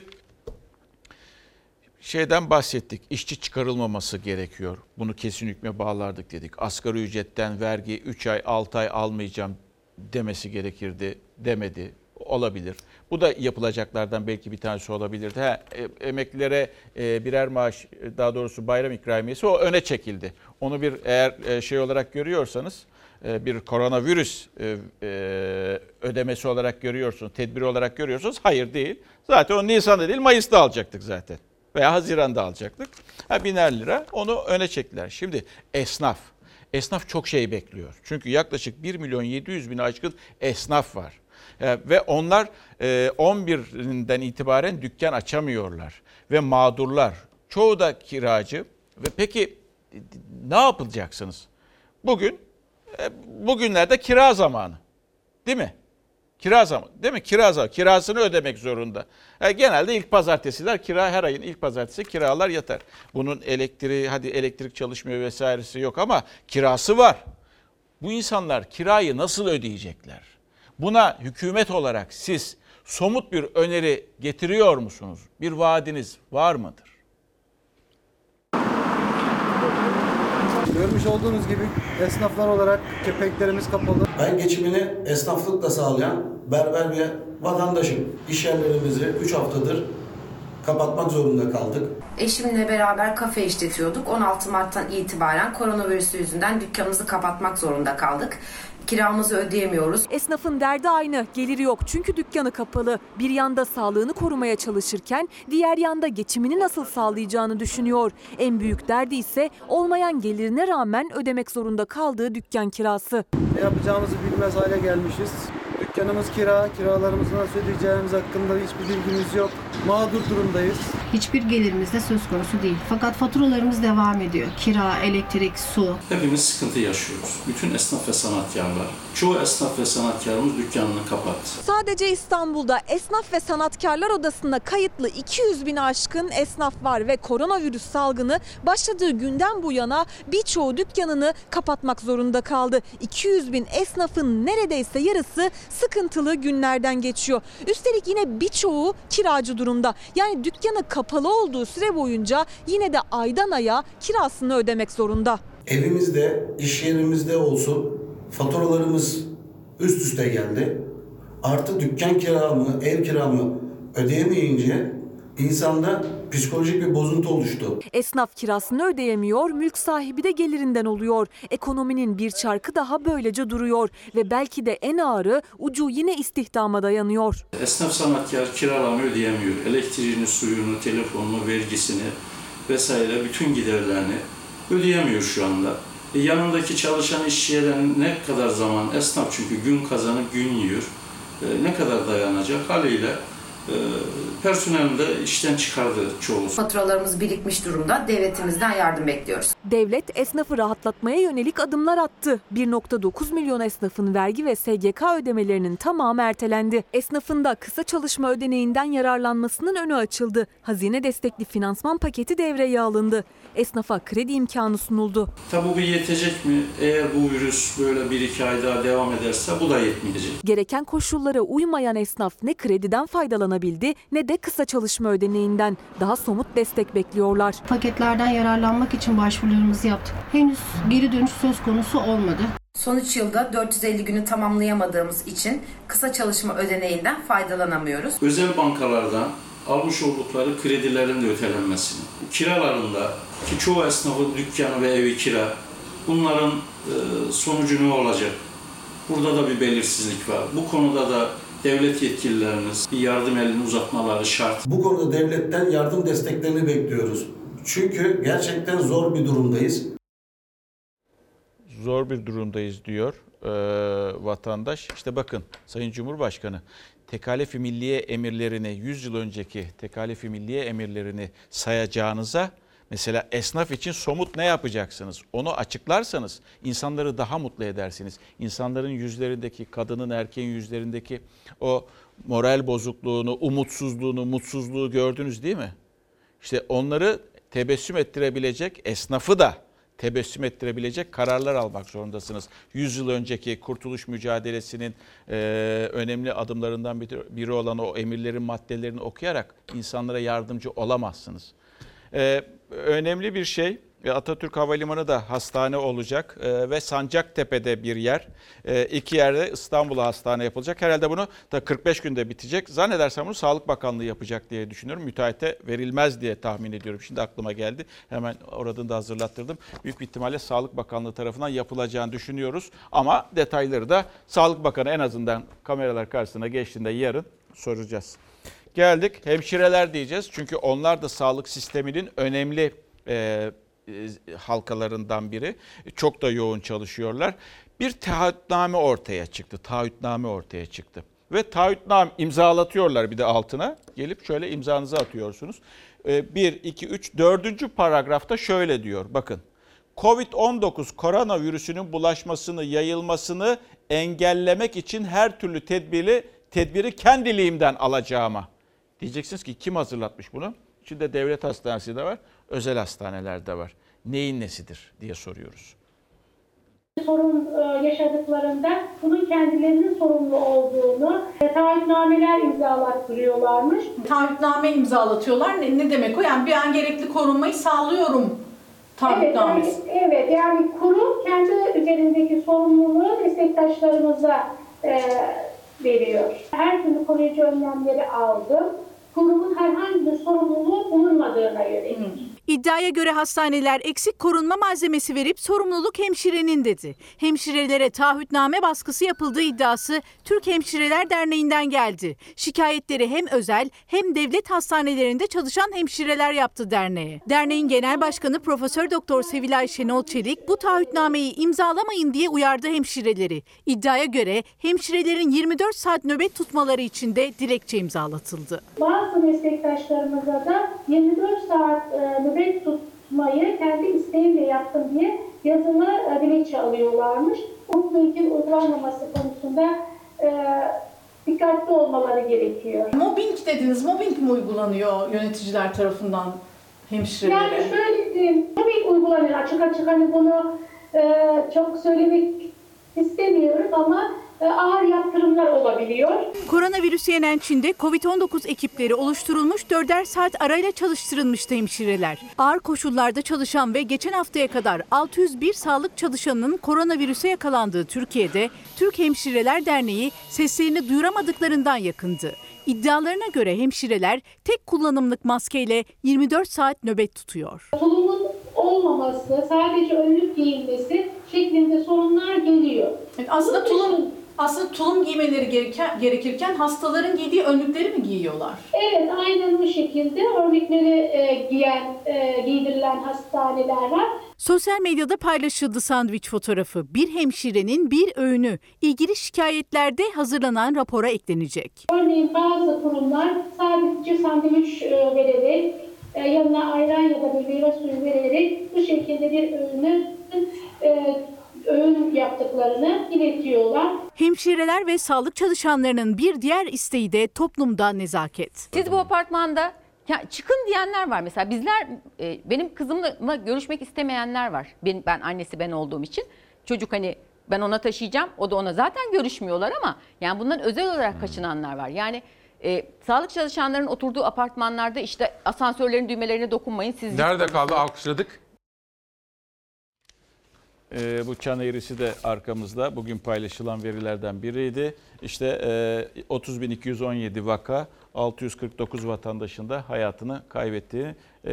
şeyden bahsettik. İşçi çıkarılmaması gerekiyor. Bunu kesin hükme bağlardık dedik. Asgari ücretten vergi 3 ay 6 ay almayacağım demesi gerekirdi, demedi. Olabilir. Bu da yapılacaklardan belki bir tanesi olabilirdi. Emeklilere birer maaş, daha doğrusu bayram ikramiyesi o öne çekildi. Onu bir eğer şey olarak görüyorsanız, bir koronavirüs ödemesi olarak görüyorsunuz, tedbiri olarak görüyorsunuz. Hayır değil. Zaten o Nisan'da değil, Mayıs'ta alacaktık zaten. Veya Haziran'da alacaktık. 1000'er lira onu öne çektiler. Şimdi esnaf çok şey bekliyor. Çünkü yaklaşık 1.700.000 aşkın esnaf var. Ve onlar 11'inden itibaren dükkan açamıyorlar. Ve mağdurlar. Çoğu da kiracı. Ve peki ne yapacaksınız? Bugünlerde kira zamanı. Değil mi? Kira zamanı. Değil mi? Kira zamanı. Kirasını ödemek zorunda. Genelde ilk pazartesiler her ayın ilk pazartesi kiralar yatar. Bunun elektriği, hadi elektrik çalışmıyor vesairesi yok ama kirası var. Bu insanlar kirayı nasıl ödeyecekler? Buna hükümet olarak siz somut bir öneri getiriyor musunuz? Bir vaadiniz var mıdır? Görmüş olduğunuz gibi esnaflar olarak kepenklerimiz kapalı. Ben geçimini esnaflıkla sağlayan berber bir vatandaşım. İş yerlerimizi 3 haftadır kapatmak zorunda kaldık. Eşimle beraber kafe işletiyorduk. 16 Mart'tan itibaren koronavirüsü yüzünden dükkanımızı kapatmak zorunda kaldık. Kiramızı ödeyemiyoruz. Esnafın derdi aynı, geliri yok çünkü dükkanı kapalı. Bir yanda sağlığını korumaya çalışırken diğer yanda geçimini nasıl sağlayacağını düşünüyor. En büyük derdi ise olmayan gelirine rağmen ödemek zorunda kaldığı dükkan kirası. Ne yapacağımızı bilmez hale gelmişiz. Dükkanımız kiralarımızı nasıl ödeyeceğimiz hakkında hiçbir bilgimiz yok. Mağdur durumdayız. Hiçbir gelirimiz de söz konusu değil. Fakat faturalarımız devam ediyor. Kira, elektrik, su. Hepimiz sıkıntı yaşıyoruz. Bütün esnaf ve sanatkarlar. Çoğu esnaf ve sanatkarımız dükkanını kapattı. Sadece İstanbul'da Esnaf ve Sanatkarlar Odası'nda kayıtlı 200 bin aşkın esnaf var ve koronavirüs salgını başladığı günden bu yana birçoğu dükkanını kapatmak zorunda kaldı. 200 bin esnafın neredeyse yarısı sıkıntılı günlerden geçiyor. Üstelik yine birçoğu kiracı durumda. Yani dükkanı kapalı olduğu süre boyunca yine de aydan aya kirasını ödemek zorunda. Evimizde, iş yerimizde olsun faturalarımız üst üste geldi. Artı dükkan kiramı, ev kiramı ödeyemeyince insanda psikolojik bir bozuntu oluştu. Esnaf kirasını ödeyemiyor, mülk sahibi de gelirinden oluyor. Ekonominin bir çarkı daha böylece duruyor ve belki de en ağırı ucu yine istihdama dayanıyor. Esnaf sanatkar kiralarını ödeyemiyor. Elektriğini, suyunu, telefonunu, vergisini vesaire bütün giderlerini ödeyemiyor şu anda. Yanındaki çalışan işçiye ne kadar zaman esnaf çünkü gün kazanıp gün yiyor. Ne kadar dayanacak haliyle personelini de işten çıkardı çoğu. Faturalarımız birikmiş durumda. Devletimizden yardım bekliyoruz. Devlet esnafı rahatlatmaya yönelik adımlar attı. 1,9 milyon esnafın vergi ve SGK ödemelerinin tamamı ertelendi. Esnafın da kısa çalışma ödeneğinden yararlanmasının önü açıldı. Hazine destekli finansman paketi devreye alındı. Esnafa kredi imkanı sunuldu. Tabi bu yetecek mi? Eğer bu virüs böyle 1-2 ay daha devam ederse bu da yetmeyecek. Gereken koşullara uymayan esnaf ne krediden faydalanabildi ne de kısa çalışma ödeneğinden. Daha somut destek bekliyorlar. Paketlerden yararlanmak için başvurularımızı yaptık. Henüz geri dönüş söz konusu olmadı. Son 3 yılda 450 günü tamamlayamadığımız için kısa çalışma ödeneğinden faydalanamıyoruz. Özel bankalardan almış oldukları kredilerin de ötelenmesini, kiralarında ki çoğu esnafın dükkanı ve evi kira, bunların sonucu ne olacak? Burada da bir belirsizlik var. Bu konuda da devlet yetkililerimiz bir yardım elini uzatmaları şart. Bu konuda devletten yardım desteklerini bekliyoruz. Çünkü gerçekten zor bir durumdayız. Zor bir durumdayız diyor vatandaş. İşte bakın Sayın Cumhurbaşkanı tekalifi milliye emirlerini 100 yıl önceki tekalifi milliye emirlerini sayacağınıza mesela esnaf için somut ne yapacaksınız? Onu açıklarsanız insanları daha mutlu edersiniz. İnsanların yüzlerindeki, kadının erkeğin yüzlerindeki o moral bozukluğunu, umutsuzluğunu, mutsuzluğu gördünüz değil mi? İşte onları tebessüm ettirebilecek, esnafı da tebessüm ettirebilecek kararlar almak zorundasınız. 100 yıl önceki kurtuluş mücadelesinin önemli adımlarından biri olan o emirlerin maddelerini okuyarak insanlara yardımcı olamazsınız. Önemli bir şey, Atatürk Havalimanı da hastane olacak ve Sancaktepe'de bir yer. 2 yerde İstanbul'a hastane yapılacak. Herhalde bunu da 45 günde bitecek. Zannedersem bunu Sağlık Bakanlığı yapacak diye düşünüyorum. Müteahhite verilmez diye tahmin ediyorum. Şimdi aklıma geldi. Hemen oradan da hazırlattırdım. Büyük bir ihtimalle Sağlık Bakanlığı tarafından yapılacağını düşünüyoruz. Ama detayları da Sağlık Bakanı en azından kameralar karşısına geçtiğinde yarın soracağız. Geldik hemşireler diyeceğiz. Çünkü onlar da sağlık sisteminin önemli halkalarından biri. Çok da yoğun çalışıyorlar. Bir taahhütname ortaya çıktı. Ve taahhütname imzalatıyorlar bir de altına. Gelip şöyle imzanızı atıyorsunuz. 1, 2, 3, 4. paragrafta şöyle diyor. Bakın. Covid-19 koronavirüsünün bulaşmasını, yayılmasını engellemek için her türlü tedbiri kendiliğimden alacağıma. Diyeceksiniz ki kim hazırlatmış bunu? İçinde devlet hastanesi de var, özel hastaneler de var. Neyin nesidir diye soruyoruz. Sorun yaşadıklarında bunun kendilerinin sorumlu olduğunu, taahhütnameler imzalattırıyorlarmış. Taahhütname imzalatıyorlar. Ne demek o? Yani bir an gerekli korunmayı sağlıyorum taahhütnamesi. Evet, yani kurum kendi üzerindeki sorumluluğu meslektaşlarımıza veriyor. Her türlü koruyucu önlemleri aldım. Kurumun herhangi bir sorumluluğu bulunmadığına yönelik. İddiaya göre hastaneler eksik korunma malzemesi verip sorumluluk hemşirenin dedi. Hemşirelere taahhütname baskısı yapıldığı iddiası Türk Hemşireler Derneği'nden geldi. Şikayetleri hem özel hem devlet hastanelerinde çalışan hemşireler yaptı derneğe. Derneğin genel başkanı Profesör Doktor Sevilay Şenol Çelik bu taahhütnameyi imzalamayın diye uyardı hemşireleri. İddiaya göre hemşirelerin 24 saat nöbet tutmaları için de dilekçe imzalatıldı. Bazı meslektaşlarımıza da 24 saat nöbet tutmayı kendi isteğimle yaptım diye yazılı dilekçe alıyorlarmış. Bu mümkün uygulanmaması konusunda dikkatli olmaları gerekiyor. Mobbing dediniz. Mobbing mi uygulanıyor yöneticiler tarafından hemşirelere? Yani şöyle diyeyim, mobbing uygulanıyor. Açık hani bunu çok söylemek istemiyoruz ama ağır yaptırımlar olabiliyor. Koronavirüsü yenen Çin'de Covid-19 ekipleri oluşturulmuş, 4'er saat arayla çalıştırılmıştı hemşireler. Ağır koşullarda çalışan ve geçen haftaya kadar 601 sağlık çalışanının koronavirüse yakalandığı Türkiye'de Türk Hemşireler Derneği seslerini duyuramadıklarından yakındı. İddialarına göre hemşireler tek kullanımlık maskeyle 24 saat nöbet tutuyor. Tulumun olmaması, sadece önlük giyilmesi şeklinde sorunlar geliyor. Yani aslında tulum giymeleri gerekirken hastaların giydiği önlükleri mi giyiyorlar? Evet, aynen bu şekilde önlükleri giydirilen hastaneler var. Sosyal medyada paylaşıldı sandviç fotoğrafı. Bir hemşirenin bir öğünü ilgili şikayetlerde hazırlanan rapora eklenecek. Örneğin bazı kurumlar sadece sandviç vererek, yanına ayran ya da bir meyve suyu vererek bu şekilde bir öğün yaptıklarını iletiyorlar. Hemşireler ve sağlık çalışanlarının bir diğer isteği de toplumda nezaket. Siz bu apartmanda çıkın diyenler var mesela. Bizler benim kızımla görüşmek istemeyenler var. Ben annesi ben olduğum için. Çocuk hani ben ona taşıyacağım, o da ona zaten görüşmüyorlar ama yani bundan özel olarak kaçınanlar var. Yani sağlık çalışanlarının oturduğu apartmanlarda işte asansörlerin düğmelerine dokunmayın. Siz nerede kaldı? Alkışladık. Bu çan eğrisi de arkamızda. Bugün paylaşılan verilerden biriydi. İşte 30.217 vaka, 649 vatandaşın da hayatını kaybettiği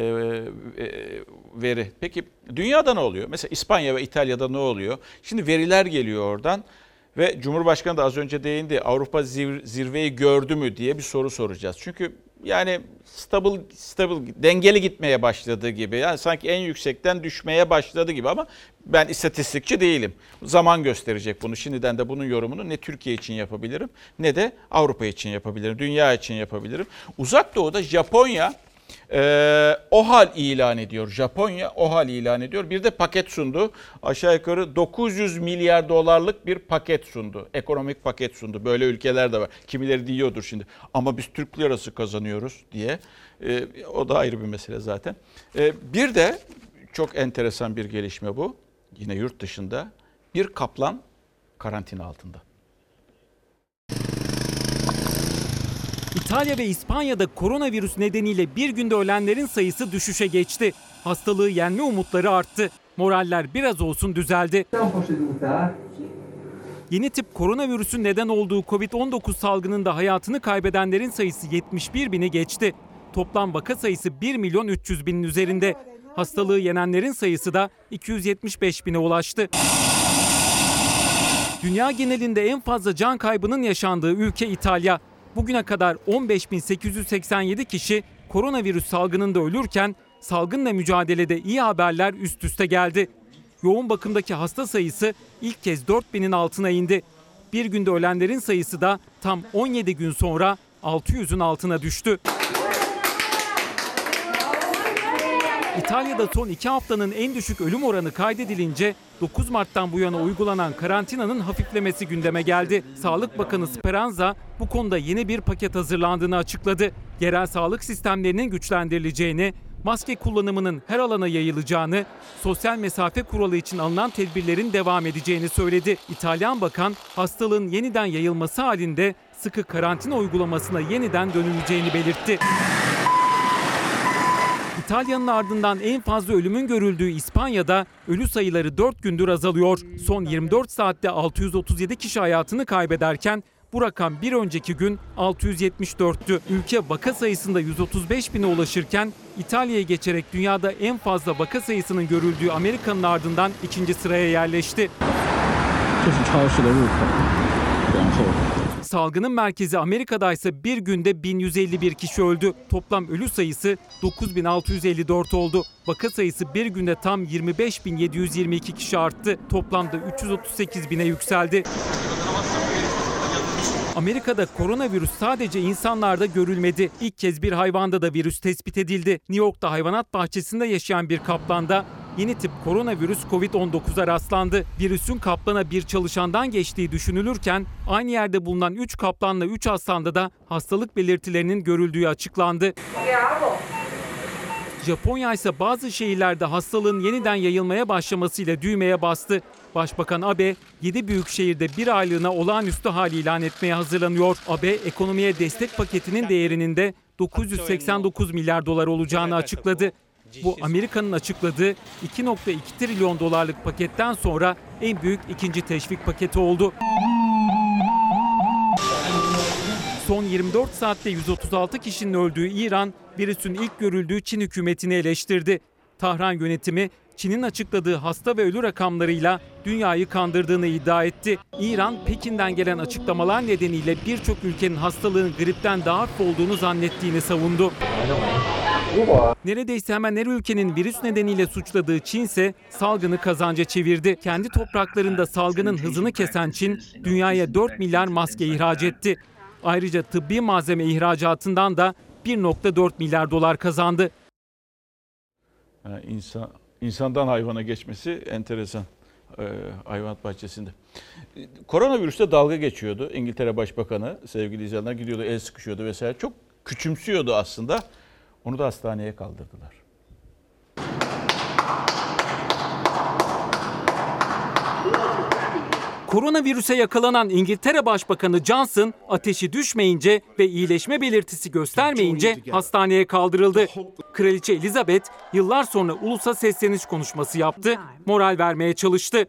veri. Peki dünyada ne oluyor? Mesela İspanya ve İtalya'da ne oluyor? Şimdi veriler geliyor oradan ve Cumhurbaşkanı da az önce değindi. Avrupa zirveyi gördü mü diye bir soru soracağız. Çünkü yani stabil dengeli gitmeye başladığı gibi. Yani sanki en yüksekten düşmeye başladı gibi ama ben istatistikçi değilim. Zaman gösterecek bunu. Şimdiden de bunun yorumunu ne Türkiye için yapabilirim ne de Avrupa için yapabilirim. Dünya için yapabilirim. Uzak Doğu'da Japonya OHAL ilan ediyor. Japonya OHAL ilan ediyor. Bir de paket sundu. Aşağı yukarı 900 milyar dolarlık bir paket sundu. Ekonomik paket sundu. Böyle ülkeler de var. Kimileri diyordur şimdi. Ama biz Türk lirası kazanıyoruz diye. O da ayrı bir mesele zaten. Bir de çok enteresan bir gelişme bu. Yine yurt dışında bir kaplan karantina altında. İtalya ve İspanya'da koronavirüs nedeniyle bir günde ölenlerin sayısı düşüşe geçti. Hastalığı yenme umutları arttı. Moraller biraz olsun düzeldi. Yeni tip koronavirüsün neden olduğu Covid-19 salgınında hayatını kaybedenlerin sayısı 71 bini geçti. Toplam vaka sayısı 1.300.000'in üzerinde. Hastalığı yenenlerin sayısı da 275 bine ulaştı. Dünya genelinde en fazla can kaybının yaşandığı ülke İtalya. Bugüne kadar 15.887 kişi koronavirüs salgınında ölürken salgınla mücadelede iyi haberler üst üste geldi. Yoğun bakımdaki hasta sayısı ilk kez 4.000'in altına indi. Bir günde ölenlerin sayısı da tam 17 gün sonra 600'ün altına düştü. İtalya'da son 2 haftanın en düşük ölüm oranı kaydedilince 9 Mart'tan bu yana uygulanan karantinanın hafiflemesi gündeme geldi. Sağlık Bakanı Speranza bu konuda yeni bir paket hazırlandığını açıkladı. Yerel sağlık sistemlerinin güçlendirileceğini, maske kullanımının her alana yayılacağını, sosyal mesafe kuralı için alınan tedbirlerin devam edeceğini söyledi. İtalyan bakan hastalığın yeniden yayılması halinde sıkı karantina uygulamasına yeniden dönüleceğini belirtti. İtalya'nın ardından en fazla ölümün görüldüğü İspanya'da ölü sayıları 4 gündür azalıyor. Son 24 saatte 637 kişi hayatını kaybederken bu rakam bir önceki gün 674'tü. Ülke vaka sayısında 135 bine ulaşırken İtalya'ya geçerek dünyada en fazla vaka sayısının görüldüğü Amerika'nın ardından ikinci sıraya yerleşti. Salgının merkezi Amerika'da ise bir günde 1151 kişi öldü. Toplam ölü sayısı 9654 oldu. Vaka sayısı bir günde tam 25.722 kişi arttı. Toplamda 338 bine yükseldi. Amerika'da koronavirüs sadece insanlarda görülmedi. İlk kez bir hayvanda da virüs tespit edildi. New York'ta hayvanat bahçesinde yaşayan bir kaplanda yeni tip koronavirüs Covid-19'a rastlandı. Virüsün kaplana bir çalışandan geçtiği düşünülürken aynı yerde bulunan 3 kaplanla 3 aslanda da hastalık belirtilerinin görüldüğü açıklandı. Japonya ise bazı şehirlerde hastalığın yeniden yayılmaya başlamasıyla düğmeye bastı. Başbakan Abe, 7 büyük şehirde bir aylığına olağanüstü hal ilan etmeye hazırlanıyor. Abe, ekonomiye destek paketinin değerinin de 989 milyar dolar olacağını açıkladı. Bu Amerika'nın açıkladığı 2,2 trilyon dolarlık paketten sonra en büyük ikinci teşvik paketi oldu. Son 24 saatte 136 kişinin öldüğü İran, virüsün ilk görüldüğü Çin hükümetini eleştirdi. Tahran yönetimi Çin'in açıkladığı hasta ve ölü rakamlarıyla dünyayı kandırdığını iddia etti. İran, Pekin'den gelen açıklamalar nedeniyle birçok ülkenin hastalığın gripten daha hafif olduğunu zannettiğini savundu. Neredeyse hemen her ülkenin virüs nedeniyle suçladığı Çin ise salgını kazanca çevirdi. Kendi topraklarında salgının hızını kesen Çin, dünyaya 4 milyar maske ihraç etti. Ayrıca tıbbi malzeme ihracatından da 1,4 milyar dolar kazandı. İnsandan hayvana geçmesi enteresan hayvanat bahçesinde. Koronavirüste dalga geçiyordu. İngiltere Başbakanı sevgili izleyenler gidiyordu, el sıkışıyordu vesaire. Çok küçümsüyordu aslında. Onu da hastaneye kaldırdılar. Koronavirüse yakalanan İngiltere Başbakanı Johnson ateşi düşmeyince ve iyileşme belirtisi göstermeyince hastaneye kaldırıldı. Kraliçe Elizabeth yıllar sonra ulusa sesleniş konuşması yaptı, moral vermeye çalıştı.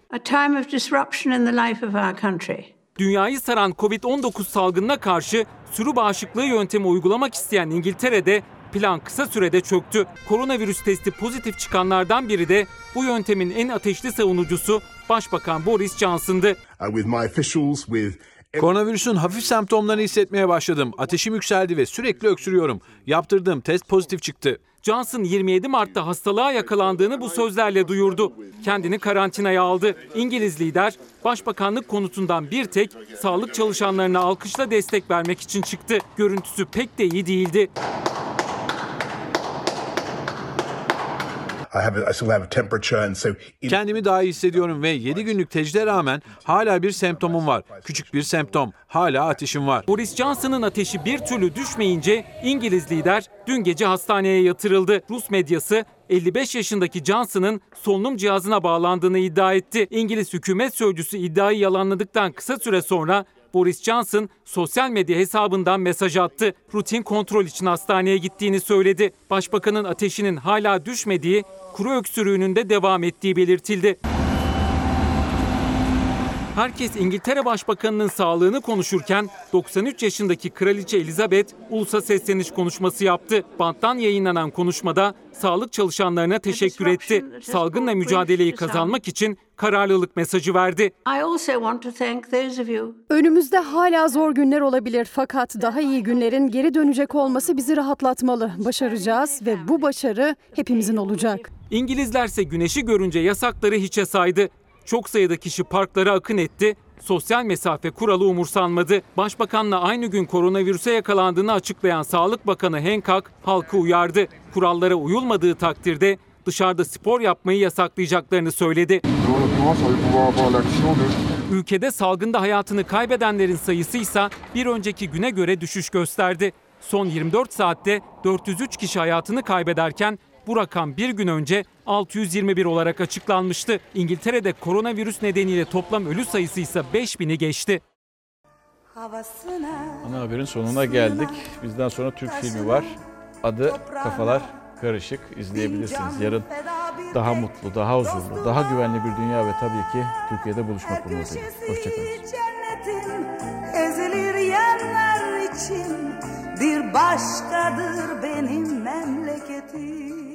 Dünyayı saran Covid-19 salgınına karşı sürü bağışıklığı yöntemi uygulamak isteyen İngiltere'de plan kısa sürede çöktü. Koronavirüs testi pozitif çıkanlardan biri de bu yöntemin en ateşli savunucusu Başbakan Boris Johnson'dı. Koronavirüsün hafif semptomlarını hissetmeye başladım. Ateşim yükseldi ve sürekli öksürüyorum. Yaptırdığım test pozitif çıktı. Johnson 27 Mart'ta hastalığa yakalandığını bu sözlerle duyurdu. Kendini karantinaya aldı. İngiliz lider başbakanlık konutundan bir tek sağlık çalışanlarına alkışla destek vermek için çıktı. Görüntüsü pek de iyi değildi. Kendimi daha iyi hissediyorum ve 7 günlük tecride rağmen hala bir semptomum var. Küçük bir semptom. Hala ateşim var. Boris Johnson'ın ateşi bir türlü düşmeyince İngiliz lider dün gece hastaneye yatırıldı. Rus medyası 55 yaşındaki Johnson'ın solunum cihazına bağlandığını iddia etti. İngiliz hükümet sözcüsü iddiayı yalanladıktan kısa süre sonra Boris Johnson sosyal medya hesabından mesaj attı. Rutin kontrol için hastaneye gittiğini söyledi. Başbakanın ateşinin hala düşmediği, kuru öksürüğünün de devam ettiği belirtildi. Herkes İngiltere Başbakanı'nın sağlığını konuşurken 93 yaşındaki Kraliçe Elizabeth ulusa sesleniş konuşması yaptı. Banttan yayınlanan konuşmada sağlık çalışanlarına teşekkür etti. Salgınla mücadeleyi kazanmak için kararlılık mesajı verdi. Önümüzde hala zor günler olabilir fakat daha iyi günlerin geri dönecek olması bizi rahatlatmalı. Başaracağız ve bu başarı hepimizin olacak. İngilizlerse güneşi görünce yasakları hiçe saydı. Çok sayıda kişi parklara akın etti. Sosyal mesafe kuralı umursanmadı. Başbakanla aynı gün koronavirüse yakalandığını açıklayan Sağlık Bakanı Hancock halkı uyardı. Kurallara uyulmadığı takdirde dışarıda spor yapmayı yasaklayacaklarını söyledi. Ülkede salgında hayatını kaybedenlerin sayısı ise bir önceki güne göre düşüş gösterdi. Son 24 saatte 403 kişi hayatını kaybederken Bu rakam bir gün önce 621 olarak açıklanmıştı. İngiltere'de koronavirüs nedeniyle toplam ölü sayısı ise 5000'i geçti. Ana haberin sonuna geldik. Bizden sonra Türk filmi var. Adı Kafalar Karışık. İzleyebilirsiniz. Yarın daha mutlu, daha huzurlu, daha güvenli bir dünya ve tabii ki Türkiye'de buluşmak umuduyla. Hoşçakalın. Ezilir yerler için bir başkadır benim memleketim.